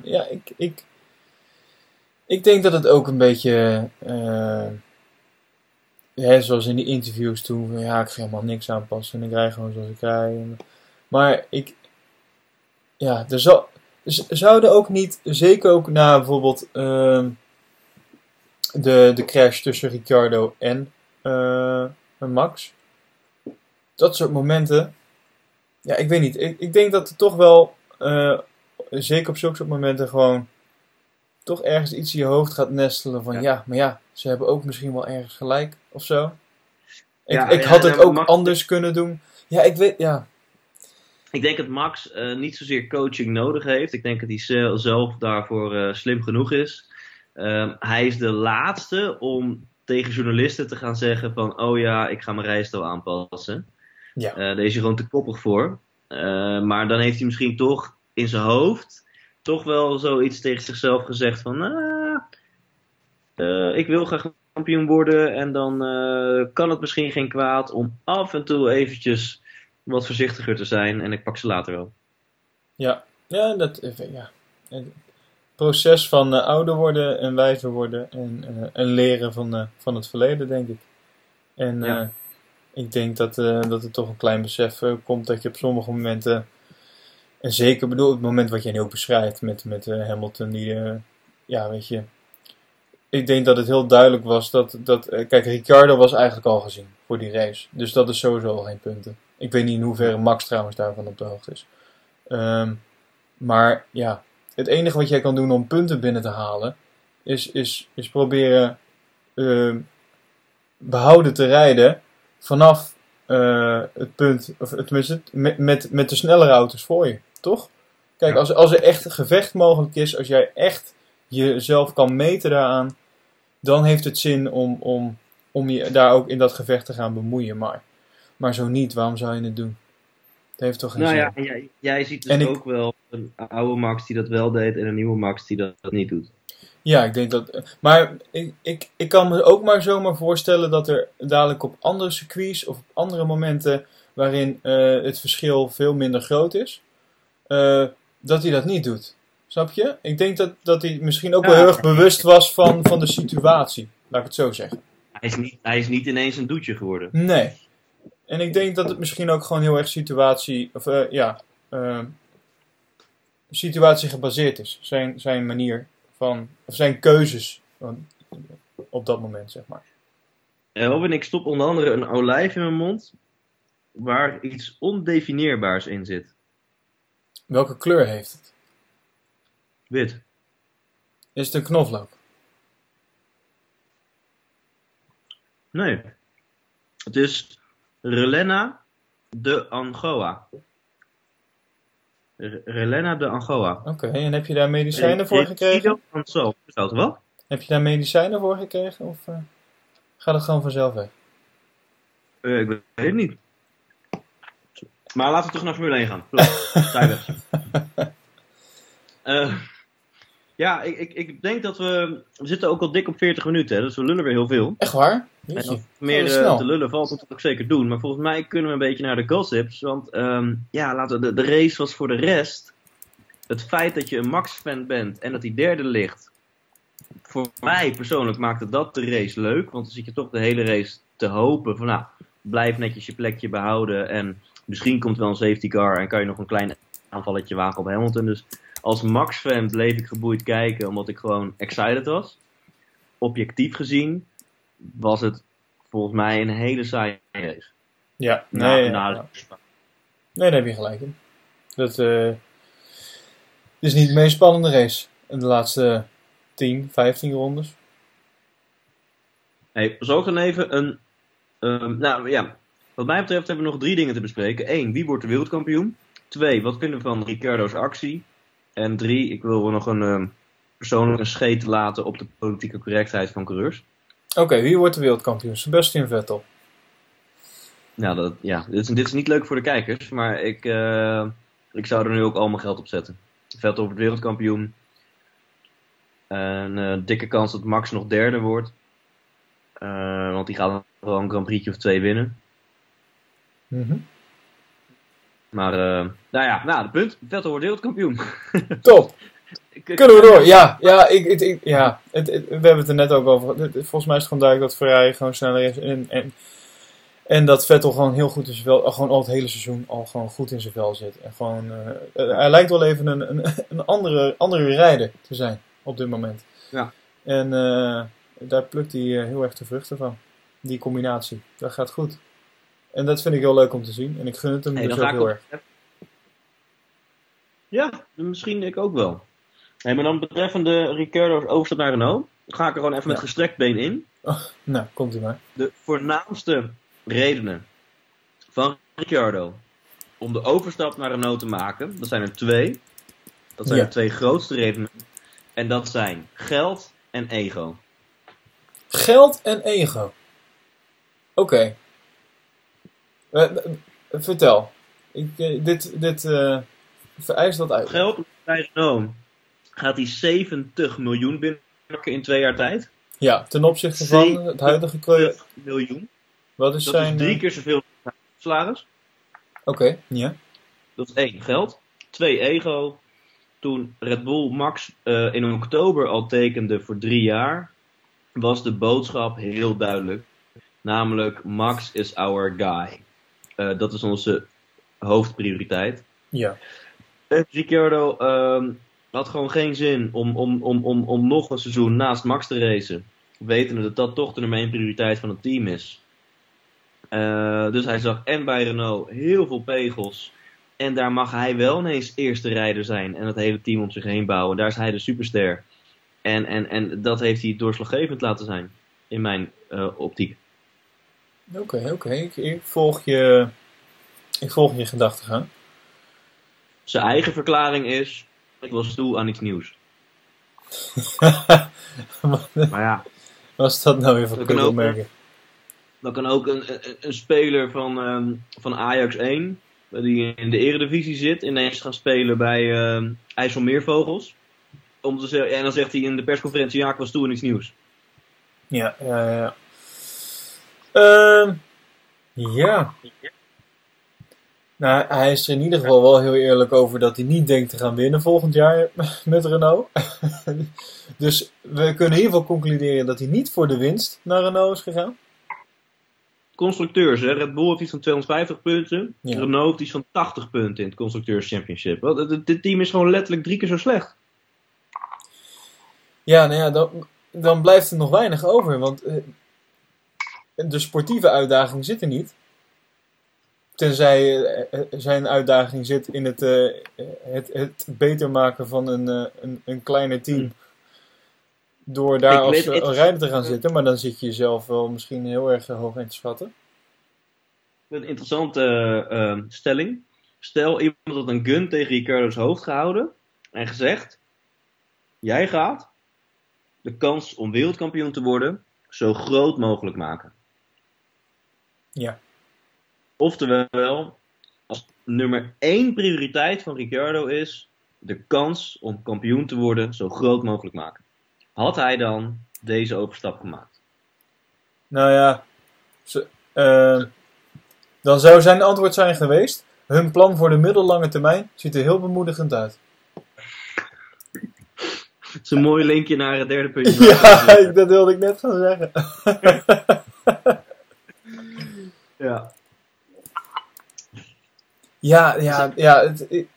[SPEAKER 1] ik denk dat het ook een beetje... zoals in die interviews toen. Ja, ik ga helemaal niks aanpassen. En ik rij gewoon zoals ik rij. Maar er zouden ook niet... Zeker ook na bijvoorbeeld... de crash tussen Ricciardo en Max. Dat soort momenten... Ja, ik weet niet. Ik denk dat er toch wel... zeker op zulke soort momenten gewoon... toch ergens iets in je hoofd gaat nestelen van maar ja, ze hebben ook misschien wel ergens gelijk of zo. Ik had het ook anders kunnen doen. Ja, ik weet, ja.
[SPEAKER 2] Ik denk dat Max niet zozeer coaching nodig heeft. Ik denk dat hij zelf daarvoor slim genoeg is. Hij is de laatste om tegen journalisten te gaan zeggen van, oh ja, ik ga mijn rijstijl aanpassen. Ja. Daar is hij gewoon te koppig voor. Maar dan heeft hij misschien toch in zijn hoofd toch wel zoiets tegen zichzelf gezegd van, ik wil graag kampioen worden en dan kan het misschien geen kwaad om af en toe eventjes wat voorzichtiger te zijn en ik pak ze later wel.
[SPEAKER 1] Ja, het proces van ouder worden en wijzer worden en leren van het verleden, denk ik. En ik denk dat er toch een klein besef komt dat je op sommige momenten... En zeker het moment wat jij nu ook beschrijft met Hamilton, weet je. Ik denk dat het heel duidelijk was kijk, Ricciardo was eigenlijk al gezien voor die race. Dus dat is sowieso al geen punten. Ik weet niet in hoeverre Max trouwens daarvan op de hoogte is. Maar ja, het enige wat jij kan doen om punten binnen te halen, is proberen behouden te rijden vanaf het punt, of tenminste met de snellere auto's voor je, toch? Kijk, als er echt een gevecht mogelijk is, als jij echt jezelf kan meten daaraan, dan heeft het zin om je daar ook in dat gevecht te gaan bemoeien. Maar zo niet, waarom zou je het doen? Het heeft toch geen zin.
[SPEAKER 2] Ja, jij ziet dus ook wel een oude Max die dat wel deed en een nieuwe Max die dat niet doet.
[SPEAKER 1] Ja, ik denk dat... Maar ik kan me ook maar zomaar voorstellen dat er dadelijk op andere circuits of op andere momenten waarin het verschil veel minder groot is, dat hij dat niet doet. Snap je? Ik denk dat hij misschien ook wel heel erg bewust was van de situatie. Laat ik het zo zeggen.
[SPEAKER 2] Hij is niet ineens een doetje geworden.
[SPEAKER 1] Nee. En ik denk dat het misschien ook gewoon heel erg situatie gebaseerd is. Zijn manier van, of zijn keuzes op dat moment, zeg maar.
[SPEAKER 2] Robin, ik stop onder andere een olijf in mijn mond waar iets ondefinieerbaars in zit.
[SPEAKER 1] Welke kleur heeft het?
[SPEAKER 2] Wit.
[SPEAKER 1] Is het een knoflook?
[SPEAKER 2] Nee. Het is Relena de Angoa. Relena de Angoa.
[SPEAKER 1] Oké, en heb je daar medicijnen voor gekregen?
[SPEAKER 2] Wat?
[SPEAKER 1] Heb je daar medicijnen voor gekregen of gaat het gewoon vanzelf weg?
[SPEAKER 2] Ik weet het niet. Maar laten we toch naar Formule 1 gaan. Ja, ik denk dat we zitten ook al dik op 40 minuten, hè, dus we lullen weer heel veel.
[SPEAKER 1] Echt waar?
[SPEAKER 2] En als meer te lullen valt, moet dat ook zeker doen. Maar volgens mij kunnen we een beetje naar de gossips. Want laten we de race was voor de rest. Het feit dat je een Max-fan bent en dat hij derde ligt. Voor mij persoonlijk maakte dat de race leuk. Want dan zit je toch de hele race te hopen van blijf netjes je plekje behouden. En misschien komt wel een safety car en kan je nog een klein aanvalletje wagen op Hamilton. Dus als Max-fan bleef ik geboeid kijken omdat ik gewoon excited was. Objectief gezien was het volgens mij een hele saaie race.
[SPEAKER 1] Ja, nee, daar heb je gelijk in. Dat is niet de meest spannende race in de laatste 10, 15 rondes.
[SPEAKER 2] Hey, zo dan even wat mij betreft hebben we nog 3 dingen te bespreken. 1, wie wordt de wereldkampioen? 2, wat vinden we van Ricciardo's actie? En 3, ik wil nog persoonlijk een scheet laten op de politieke correctheid van coureurs.
[SPEAKER 1] Oké, wie wordt de wereldkampioen? Sebastian Vettel.
[SPEAKER 2] Nou, dit is niet leuk voor de kijkers, maar ik zou er nu ook al mijn geld op zetten. Vettel wordt wereldkampioen. Een dikke kans dat Max nog derde wordt. Want die gaat wel een Grand Prix of 2 winnen.
[SPEAKER 1] Mm-hmm.
[SPEAKER 2] Maar, de punt. Vettel wordt wereldkampioen.
[SPEAKER 1] Top! Kunnen we door? Ja, we hebben het er net ook over. Volgens mij is het gewoon duidelijk dat Ferrari gewoon sneller is. En dat Vettel gewoon heel goed in zijn vel, gewoon al het hele seizoen al gewoon goed in zijn vel zit. En gewoon, hij lijkt wel even een andere rijder te zijn op dit moment.
[SPEAKER 2] Ja.
[SPEAKER 1] En daar plukt hij heel erg de vruchten van. Die combinatie. Dat gaat goed. En dat vind ik heel leuk om te zien. En ik gun het hem dus ook heel erg.
[SPEAKER 2] Ja, misschien ik ook wel. Hey, maar dan betreffende Ricciardo's overstap naar Renault, ga ik er gewoon even met gestrekt been in.
[SPEAKER 1] Oh, nou, komt u maar.
[SPEAKER 2] De voornaamste redenen van Ricciardo om de overstap naar Renault te maken, dat zijn er 2. Dat zijn de 2 grootste redenen. En dat zijn geld en ego.
[SPEAKER 1] Geld en ego. Oké. Vertel. Dit vereist wat uit.
[SPEAKER 2] Geld bij Renault gaat hij 70 miljoen binnenpakken in 2 jaar tijd.
[SPEAKER 1] Ja, ten opzichte van het huidige...
[SPEAKER 2] 70 miljoen.
[SPEAKER 1] Wat is
[SPEAKER 2] dat
[SPEAKER 1] zijn...
[SPEAKER 2] is 3 keer zoveel salaris.
[SPEAKER 1] Oké, ja.
[SPEAKER 2] Dat is 1, geld. 2, ego. Toen Red Bull Max in oktober al tekende voor 3 jaar, was de boodschap heel duidelijk. Namelijk, Max is our guy. Dat is onze hoofdprioriteit.
[SPEAKER 1] Ja.
[SPEAKER 2] Ricciardo had gewoon geen zin om nog een seizoen naast Max te racen. Wetende dat dat toch de nummer 1 prioriteit van het team is. Dus hij zag en bij Renault heel veel pegels. En daar mag hij wel ineens eerste rijder zijn. En het hele team om zich heen bouwen. Daar is hij de superster. En dat heeft hij doorslaggevend laten zijn. In mijn optiek.
[SPEAKER 1] Oké. Ik volg je gedachtegang.
[SPEAKER 2] Zijn eigen verklaring is, ik was toe aan iets nieuws. Maar ja.
[SPEAKER 1] Wat is dat nou weer voor
[SPEAKER 2] Dat kan ook,
[SPEAKER 1] kutopmerking?
[SPEAKER 2] dan kan ook een speler van Ajax 1, die in de Eredivisie zit, ineens gaan spelen bij IJsselmeervogels. En dan zegt hij in de persconferentie, ja, ik was toe en iets nieuws.
[SPEAKER 1] Ja. Ja. Nou, hij is er in ieder geval wel heel eerlijk over dat hij niet denkt te gaan winnen volgend jaar met Renault. Dus we kunnen in ieder geval concluderen dat hij niet voor de winst naar Renault is gegaan.
[SPEAKER 2] Constructeurs, hè? Red Bull heeft iets van 250 punten.
[SPEAKER 1] Ja.
[SPEAKER 2] Renault heeft iets van 80 punten in het Constructeurs Championship. Dit team is gewoon letterlijk 3 keer zo slecht.
[SPEAKER 1] Ja, nou ja, dan blijft er nog weinig over. Want de sportieve uitdaging zit er niet. Tenzij zijn uitdaging zit in het beter maken van een kleiner team. Door daar als rijder te gaan zitten. Maar dan zit je jezelf wel misschien heel erg hoog in te schatten.
[SPEAKER 2] Een interessante stelling. Stel, iemand had een gun tegen Ricciardo's hoofd gehouden. En gezegd, jij gaat de kans om wereldkampioen te worden zo groot mogelijk maken.
[SPEAKER 1] Ja.
[SPEAKER 2] Oftewel, als nummer 1 prioriteit van Ricciardo is de kans om kampioen te worden zo groot mogelijk maken. Had hij dan deze overstap gemaakt?
[SPEAKER 1] Nou ja, dan zou zijn antwoord zijn geweest: hun plan voor de middellange termijn ziet er heel bemoedigend uit.
[SPEAKER 2] Het is een mooi linkje naar het derde puntje.
[SPEAKER 1] Ja, dat wilde ik net gaan zeggen.
[SPEAKER 2] Ja.
[SPEAKER 1] Ja,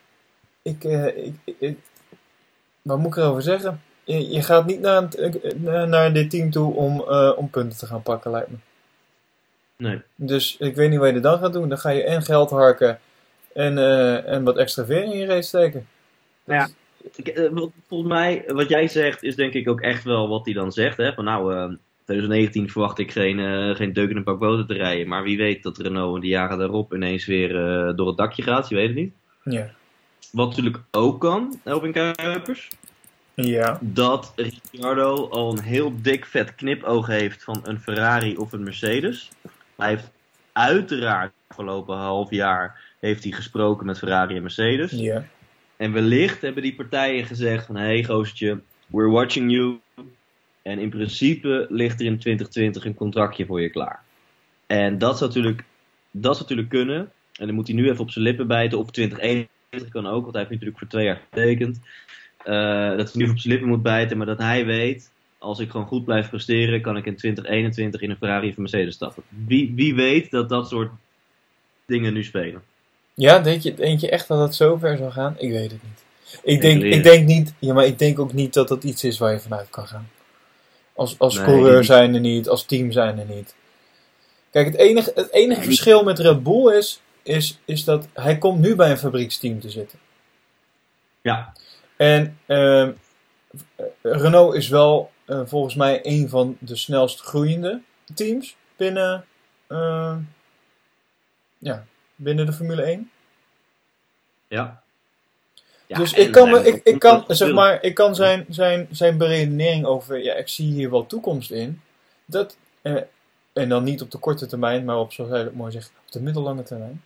[SPEAKER 1] wat moet ik erover zeggen? Je gaat niet naar dit team toe om punten te gaan pakken, lijkt me.
[SPEAKER 2] Nee.
[SPEAKER 1] Dus ik weet niet wat je dan gaat doen. Dan ga je en geld harken en wat extra veer in je race steken.
[SPEAKER 2] Nou ja, volgens mij, wat jij zegt, is denk ik ook echt wel wat hij dan zegt. Hè? Van nou, 2019 verwacht ik geen deuk in een pak boter te rijden. Maar wie weet dat Renault in de jaren daarop ineens weer door het dakje gaat. Je weet het niet.
[SPEAKER 1] Ja.
[SPEAKER 2] Wat natuurlijk ook kan, Elvin Kuipers.
[SPEAKER 1] Ja.
[SPEAKER 2] Dat Ricciardo al een heel dik vet knipoog heeft van een Ferrari of een Mercedes. Hij heeft uiteraard afgelopen half jaar heeft hij gesproken met Ferrari en Mercedes.
[SPEAKER 1] Ja.
[SPEAKER 2] En wellicht hebben die partijen gezegd van hey gozer, we're watching you. En in principe ligt er in 2020 een contractje voor je klaar. En dat zou natuurlijk kunnen. En dan moet hij nu even op zijn lippen bijten. Of 2021 kan ook, want hij heeft natuurlijk voor 2 jaar getekend. Dat hij nu op zijn lippen moet bijten, maar dat hij weet, als ik gewoon goed blijf presteren, kan ik in 2021 in een Ferrari of een Mercedes stappen. Wie weet dat soort dingen nu spelen.
[SPEAKER 1] Ja, denk je echt dat het zo ver zou gaan? Ik weet het niet. Ik denk niet, ja, maar ik denk ook niet dat dat iets is waar je vanuit kan gaan. Als coureur zijn er niet, als team zijn er niet. Kijk, het enige verschil met Red Bull is dat hij komt nu bij een fabrieksteam te zitten.
[SPEAKER 2] Ja.
[SPEAKER 1] En Renault is wel volgens mij een van de snelst groeiende teams binnen de Formule 1.
[SPEAKER 2] Ja. Ja,
[SPEAKER 1] dus ik kan zijn beredenering over, ja, ik zie hier wel toekomst in. En dan niet op de korte termijn, maar op, zoals hij dat mooi zegt, op de middellange termijn.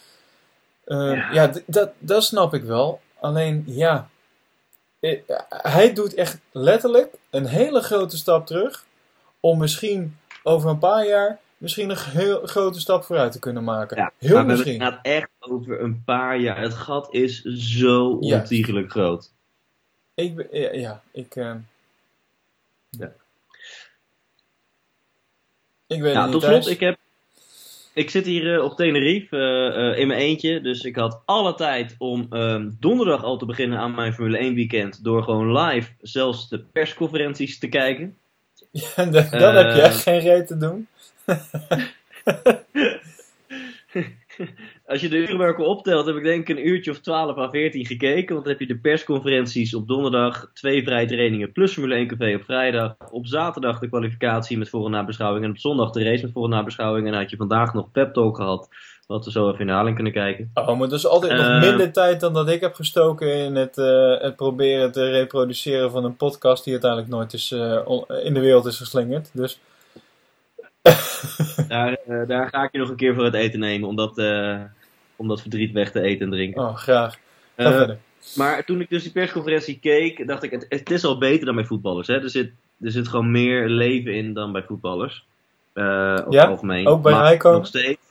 [SPEAKER 1] Dat snap ik wel. Alleen, ja, hij doet echt letterlijk een hele grote stap terug om misschien over een paar jaar misschien een heel grote stap vooruit te kunnen maken.
[SPEAKER 2] Ja,
[SPEAKER 1] heel
[SPEAKER 2] maar
[SPEAKER 1] misschien.
[SPEAKER 2] Het gaat echt over een paar jaar. Het gat is zo ontiegelijk groot.
[SPEAKER 1] Ik weet het niet.
[SPEAKER 2] Tot slot, ik zit hier op Tenerife in mijn eentje. Dus ik had alle tijd om donderdag al te beginnen aan mijn Formule 1 weekend. Door gewoon live zelfs de persconferenties te kijken.
[SPEAKER 1] Ja, dan heb je echt geen reet te doen.
[SPEAKER 2] Als je de uren bij elkaar optelt, heb ik denk ik een uurtje of 12 à 14 gekeken. Want dan heb je de persconferenties op donderdag, 2 vrije trainingen plus Formule 1 café op vrijdag. Op zaterdag de kwalificatie met voor- en nabeschouwing. En op zondag de race met voor- en nabeschouwing. En dan had je vandaag nog pep talk gehad. Wat we zo even in de herhaling kunnen kijken.
[SPEAKER 1] Oh, maar dat is altijd nog minder tijd dan dat ik heb gestoken in het proberen te reproduceren van een podcast die uiteindelijk nooit is, in de wereld is geslingerd. Dus...
[SPEAKER 2] Daar ga ik je nog een keer voor het eten nemen om dat verdriet weg te eten en drinken.
[SPEAKER 1] Oh, graag. Ga verder.
[SPEAKER 2] Maar toen ik dus die persconferentie keek, dacht ik, het is al beter dan bij voetballers. Hè? Er zit gewoon meer leven in dan bij voetballers. Over het algemeen.
[SPEAKER 1] Ook bij Rijko?
[SPEAKER 2] Nog steeds.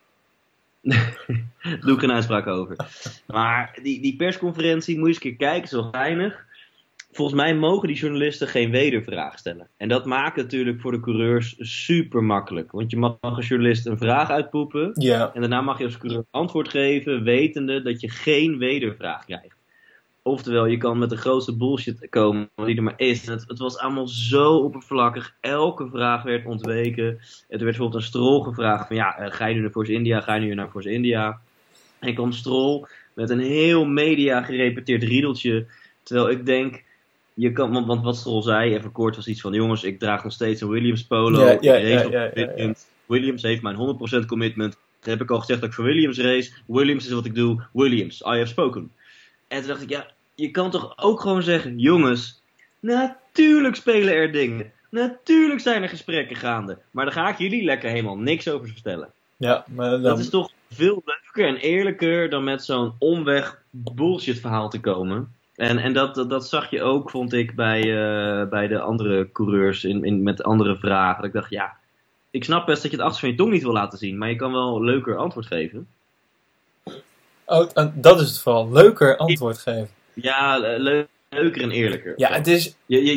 [SPEAKER 2] Daar doe ik geen uitspraak over. Maar die persconferentie, moet je eens een keer kijken, zo weinig. Volgens mij mogen die journalisten geen wedervraag stellen. En dat maakt natuurlijk voor de coureurs super makkelijk. Want je mag als journalist een vraag uitpoepen.
[SPEAKER 1] Ja.
[SPEAKER 2] En daarna mag je als coureur antwoord geven, wetende dat je geen wedervraag krijgt. Oftewel, je kan met de grootste bullshit komen die er maar is. Het was allemaal zo oppervlakkig. Elke vraag werd ontweken. Er werd bijvoorbeeld een Stroll gevraagd van ga je nu naar Force India? Ga je nu naar Force India? En kwam Stroll met een heel media gerepeteerd riedeltje. Terwijl ik denk, je kan, want wat Stroll zei, even kort, was iets van: jongens, ik draag nog steeds een Williams polo. Williams heeft mijn 100% commitment. Dat heb ik al gezegd dat ik voor Williams race. Williams is wat ik doe. Williams, I have spoken. En toen dacht ik, je kan toch ook gewoon zeggen: jongens, natuurlijk spelen er dingen. Natuurlijk zijn er gesprekken gaande. Maar daar ga ik jullie lekker helemaal niks over vertellen.
[SPEAKER 1] Ja, maar dan...
[SPEAKER 2] Dat is toch veel leuker en eerlijker dan met zo'n omweg bullshit verhaal te komen. En dat zag je ook, vond ik, bij de andere coureurs met andere vragen. Dat ik dacht, ik snap best dat je het achterste van je tong niet wil laten zien. Maar je kan wel leuker antwoord geven.
[SPEAKER 1] Oh, dat is het vooral. Leuker antwoord geven.
[SPEAKER 2] Ja, leuker en eerlijker.
[SPEAKER 1] Ja, het is...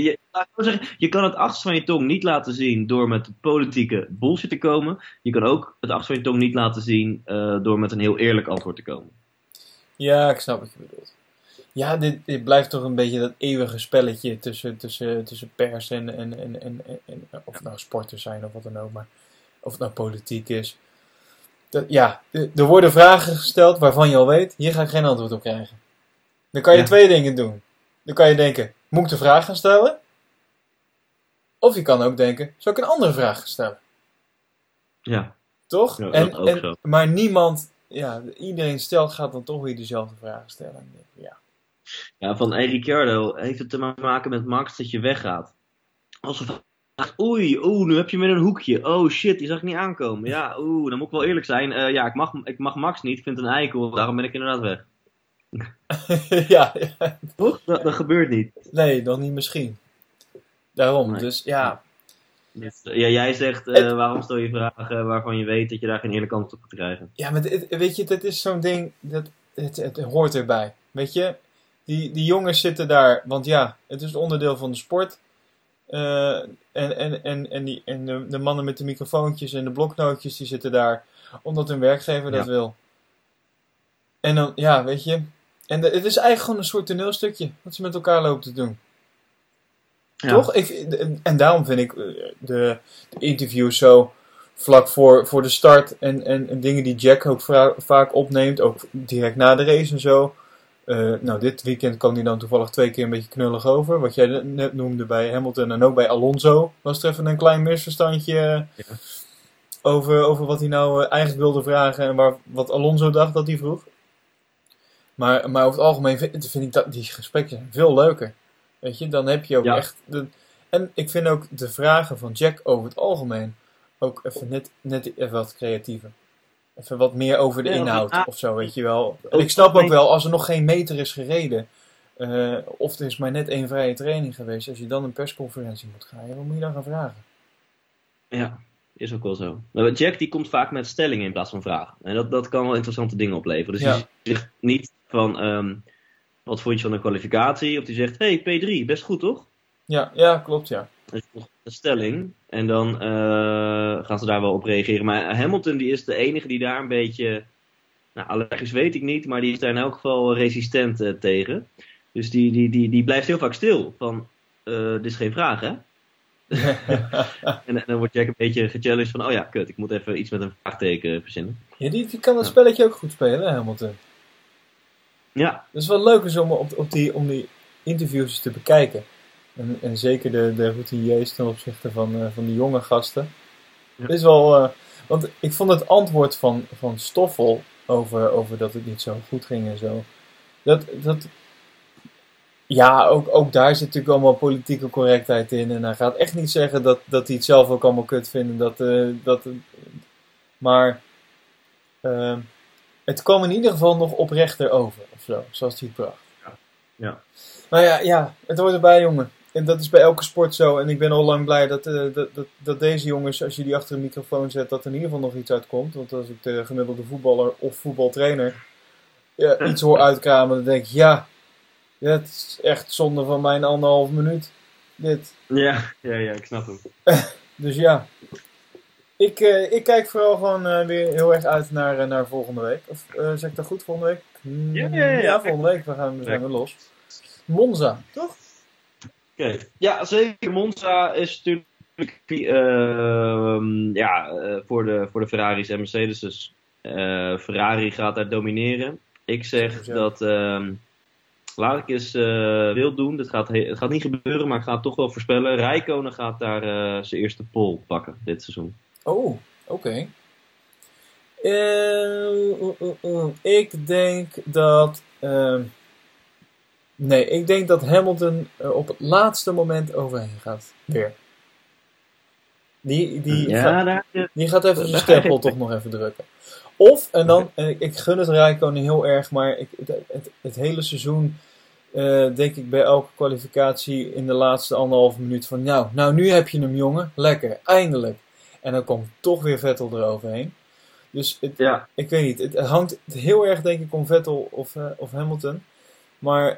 [SPEAKER 2] Je kan het achterste van je tong niet laten zien door met politieke bullshit te komen. Je kan ook het achterste van je tong niet laten zien door met een heel eerlijk antwoord te komen.
[SPEAKER 1] Ja, ik snap wat je bedoelt. Ja, dit blijft toch een beetje dat eeuwige spelletje tussen pers en of het nou sporters zijn of wat dan ook, maar of het nou politiek is. Er worden vragen gesteld waarvan je al weet, hier ga ik geen antwoord op krijgen. Dan kan je twee dingen doen. Dan kan je denken, moet ik de vraag gaan stellen? Of je kan ook denken, zal ik een andere vraag gaan stellen?
[SPEAKER 2] Ja.
[SPEAKER 1] Toch?
[SPEAKER 2] Ja,
[SPEAKER 1] maar niemand, iedereen gaat dan toch weer dezelfde vragen stellen.
[SPEAKER 2] Ja, van Ricciardo heeft het te maken met Max dat je weggaat. Als we vragen, nu heb je met een hoekje. Oh shit, die zag ik niet aankomen. Ja, dan moet ik wel eerlijk zijn. Ik mag Max niet, ik vind het een eikel, daarom ben ik inderdaad weg.
[SPEAKER 1] ja.
[SPEAKER 2] Toch? Dat gebeurt niet.
[SPEAKER 1] Nee, nog niet misschien. Daarom,
[SPEAKER 2] nee.
[SPEAKER 1] Dus ja.
[SPEAKER 2] Dus, jij zegt, waarom stel je vragen waarvan je weet dat je daar geen eerlijk antwoord op kunt krijgen?
[SPEAKER 1] Ja, maar weet je, dat is zo'n ding, het hoort erbij. Weet je, die jongens zitten daar, want het is onderdeel van de sport. En de mannen met de microfoontjes en de bloknootjes, die zitten daar omdat hun werkgever dat wil. En dan, weet je. En het is eigenlijk gewoon een soort toneelstukje wat ze met elkaar lopen te doen. Ja. Toch? En daarom vind ik de interviews zo vlak voor de start en dingen die Jack ook vaak opneemt, ook direct na de race en zo. Dit weekend kwam hij dan toevallig 2 keer een beetje knullig over. Wat jij net noemde bij Hamilton en ook bij Alonso. Was er even een klein misverstandje over wat hij nou eigenlijk wilde vragen en wat Alonso dacht dat hij vroeg. Maar over het algemeen vind ik dat die gesprekken veel leuker. Weet je, dan heb je ook echt... En ik vind ook de vragen van Jack over het algemeen ook even net even wat creatiever. Even wat meer over de inhoud of zo, weet je wel. En ik snap ook wel, als er nog geen meter is gereden, of er is maar net 1 vrije training geweest, als je dan een persconferentie moet gaan, wat moet je dan gaan vragen?
[SPEAKER 2] Ja, is ook wel zo. Maar Jack die komt vaak met stellingen in plaats van vragen. En dat kan wel interessante dingen opleveren. Dus hij zegt niet van, wat vond je van de kwalificatie? Of die zegt, hey, P3, best goed toch?
[SPEAKER 1] Ja, klopt, ja.
[SPEAKER 2] Dat is nog een stelling. En dan gaan ze daar wel op reageren. Maar Hamilton die is de enige die daar een beetje... allergisch weet ik niet, maar die is daar in elk geval resistent tegen. Dus die blijft heel vaak stil. Van, dit is geen vraag, hè? En dan wordt Jack een beetje gechallenged van, oh ja, kut, ik moet even iets met een vraagteken verzinnen.
[SPEAKER 1] Ja, die kan dat spelletje ook goed spelen, hè, Hamilton.
[SPEAKER 2] Ja.
[SPEAKER 1] Dat is wel leuk is om die interviews te bekijken. En zeker de routiniers ten opzichte van die jonge gasten.
[SPEAKER 2] Ja.
[SPEAKER 1] Is wel... want ik vond het antwoord van Stoffel over dat het niet zo goed ging en zo. Ja, ook daar zit natuurlijk allemaal politieke correctheid in. En hij gaat echt niet zeggen dat hij het zelf ook allemaal kut vindt. Maar het kwam in ieder geval nog oprechter over. Of zo, zoals hij het bracht.
[SPEAKER 2] Ja.
[SPEAKER 1] Maar ja, het hoort erbij, jongen. En dat is bij elke sport zo. En ik ben al lang blij dat deze jongens, als je die achter een microfoon zet, dat er in ieder geval nog iets uitkomt. Want als ik de gemiddelde voetballer of voetbaltrainer iets hoor uitkramen, dan denk ik, ja, het is echt zonde van mijn 1,5 minuut. Dit.
[SPEAKER 2] Ja, ik snap hem.
[SPEAKER 1] Dus ja. Ik kijk vooral gewoon weer heel erg uit naar volgende week. Of zeg ik dat goed, volgende week? Ja, volgende week. We gaan weer los. Monza, toch?
[SPEAKER 2] Oké. Ja, zeker. Monza is natuurlijk voor de Ferraris en Mercedes. Dus Ferrari gaat daar domineren. Ik zeg dat laat ik eens wild doen. Het gaat niet gebeuren, maar ik ga het toch wel voorspellen. Räikkönen gaat daar zijn eerste pole pakken dit seizoen.
[SPEAKER 1] Oh, oké. Ik denk dat... ik denk dat Hamilton op het laatste moment overheen gaat. Weer. Die gaat even zijn stempel toch nog even drukken. Of, en dan, ik gun het Räikkönen heel erg, maar het hele seizoen denk ik bij elke kwalificatie in de laatste 1,5 minuut van nou nu heb je hem, jongen. Lekker, eindelijk. En dan komt toch weer Vettel eroverheen. Dus ik weet niet, het hangt heel erg denk ik om Vettel of Hamilton. Maar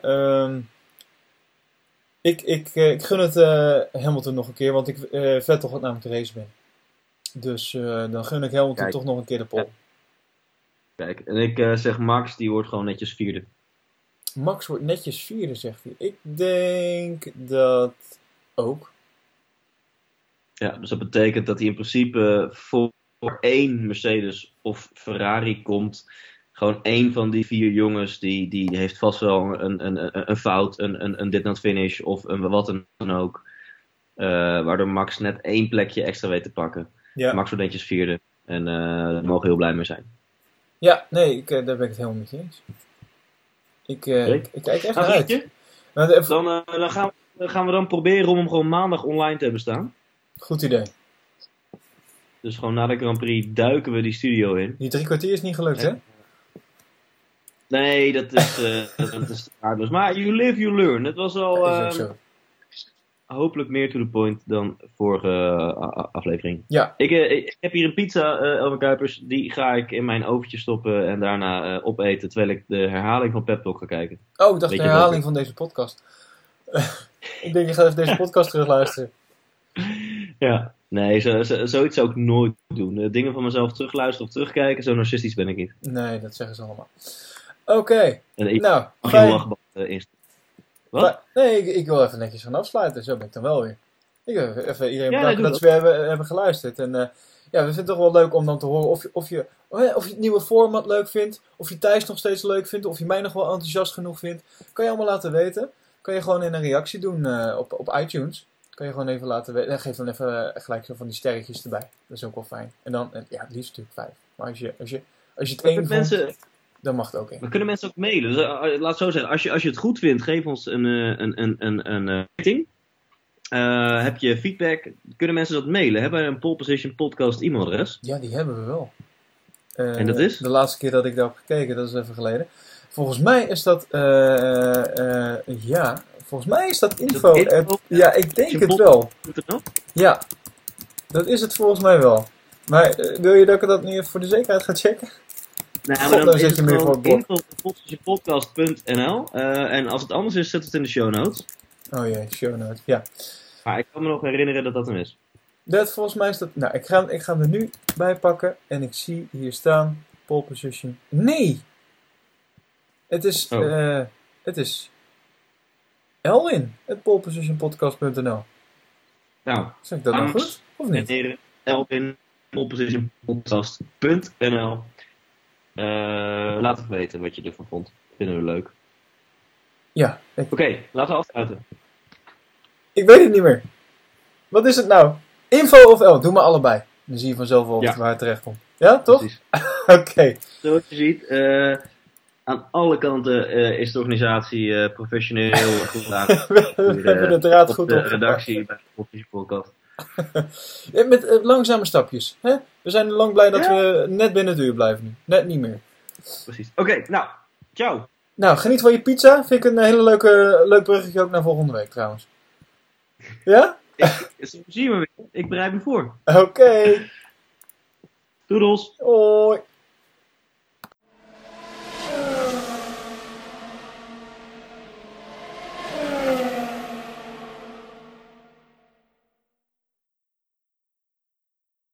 [SPEAKER 1] ik gun het Hamilton nog een keer, want Vettel gaat namelijk de race winnen. Dus dan gun ik Hamilton toch nog een keer de pole.
[SPEAKER 2] Kijk, en ik zeg Max, die wordt gewoon netjes vierde.
[SPEAKER 1] Max wordt netjes vierde, zegt hij. Ik denk dat ook.
[SPEAKER 2] Ja, dus dat betekent dat hij in principe voor 1 Mercedes of Ferrari komt. Gewoon 1 van die 4 jongens, die heeft vast wel een fout, een did not finish of een wat dan ook. Waardoor Max net 1 plekje extra weet te pakken. Ja. Max wordt netjes vierde en daar mogen we heel blij mee zijn.
[SPEAKER 1] Ja, nee, daar ben ik het helemaal met je eens. Ik kijk echt naar uit.
[SPEAKER 2] Dan gaan we dan proberen om hem gewoon maandag online te hebben staan.
[SPEAKER 1] Goed idee.
[SPEAKER 2] Dus gewoon na de Grand Prix duiken we die studio in.
[SPEAKER 1] Die 3 kwartier is niet gelukt, hè?
[SPEAKER 2] Nee, dat is aardig. Maar you live, you learn. Het was al hopelijk meer to the point dan vorige aflevering.
[SPEAKER 1] Ja.
[SPEAKER 2] Ik heb hier een pizza, Elmer Kuipers. Die ga ik in mijn oventje stoppen en daarna opeten. Terwijl ik de herhaling van Pep Talk ga kijken.
[SPEAKER 1] Oh, ik dacht de herhaling van deze podcast. Ik denk, je gaat even deze podcast terugluisteren.
[SPEAKER 2] Ja, nee, zoiets zou ik nooit doen. Dingen van mezelf terugluisteren of terugkijken, zo narcistisch ben ik niet.
[SPEAKER 1] Nee, dat zeggen ze allemaal. Oké.
[SPEAKER 2] Nou, fijn. Wat?
[SPEAKER 1] Nee, ik wil even netjes gaan afsluiten. Zo ben ik dan wel weer. Ik wil even iedereen bedanken dat ze weer hebben geluisterd. En we vinden het toch wel leuk om dan te horen of je het nieuwe format leuk vindt. Of je Thijs nog steeds leuk vindt. Of je mij nog wel enthousiast genoeg vindt. Kan je allemaal laten weten. Kan je gewoon in een reactie doen op iTunes. Kan je gewoon even laten weten. Geef dan even gelijk zo van die sterretjes erbij. Dat is ook wel fijn. En dan, het liefst natuurlijk 5. Maar als je het 1 vond, dan mag het ook 1.
[SPEAKER 2] Maar kunnen mensen ook mailen? Dus, laat het zo zeggen. Als je het goed vindt, geef ons een rating. Heb je feedback? Kunnen mensen dat mailen? Hebben we een Pole Position podcast e-mailadres?
[SPEAKER 1] Ja, die hebben we wel.
[SPEAKER 2] En dat is?
[SPEAKER 1] De laatste keer dat ik daarop gekeken, dat is even geleden. Volgens mij is dat... volgens mij is dat info. Ja, ik denk het wel. Ja, dat is het volgens mij wel. Maar wil je dat ik dat nu even voor de zekerheid ga checken?
[SPEAKER 2] Nou, maar dan zet je meer voor info.positionpodcast.nl en als het anders is, zet het in de show notes.
[SPEAKER 1] Oh jee, show notes, ja.
[SPEAKER 2] Maar ik kan me nog herinneren dat hem is.
[SPEAKER 1] Volgens mij is dat... Nou, ik ga hem er nu bij pakken en ik zie hier staan Pole Position. Nee! Het is Elwin, het polepositionpodcast.nl.
[SPEAKER 2] Nou,
[SPEAKER 1] Zeg ik dat nou goed? Of
[SPEAKER 2] en
[SPEAKER 1] niet?
[SPEAKER 2] heren, Elvin, oppositionpodcast.nl. Laat het weten wat je ervan vond. Vinden we leuk.
[SPEAKER 1] Ja,
[SPEAKER 2] Oké, laten we afsluiten.
[SPEAKER 1] ik weet het niet meer. Wat is het nou? Info of L? Doe maar allebei. Dan zie je vanzelf wel waar het terecht komt. Ja, toch?
[SPEAKER 2] Precies.
[SPEAKER 1] Oké.
[SPEAKER 2] Zoals je ziet, aan alle kanten is de organisatie professioneel gedaan.
[SPEAKER 1] We hebben de draad goed
[SPEAKER 2] de
[SPEAKER 1] opgepakt.
[SPEAKER 2] redactie bij de Opposition Podcast.
[SPEAKER 1] Ja, met langzame stapjes. Hè? We zijn lang blij dat we net binnen het uur blijven nu. Net niet meer.
[SPEAKER 2] Precies. Oké, nou, ciao.
[SPEAKER 1] Nou, geniet van je pizza. Vind ik een hele leuk bruggetje ook naar volgende week trouwens. Ja?
[SPEAKER 2] Zo zien we weer. Ik bereid me voor.
[SPEAKER 1] Oké.
[SPEAKER 2] Doedels.
[SPEAKER 1] Hoi.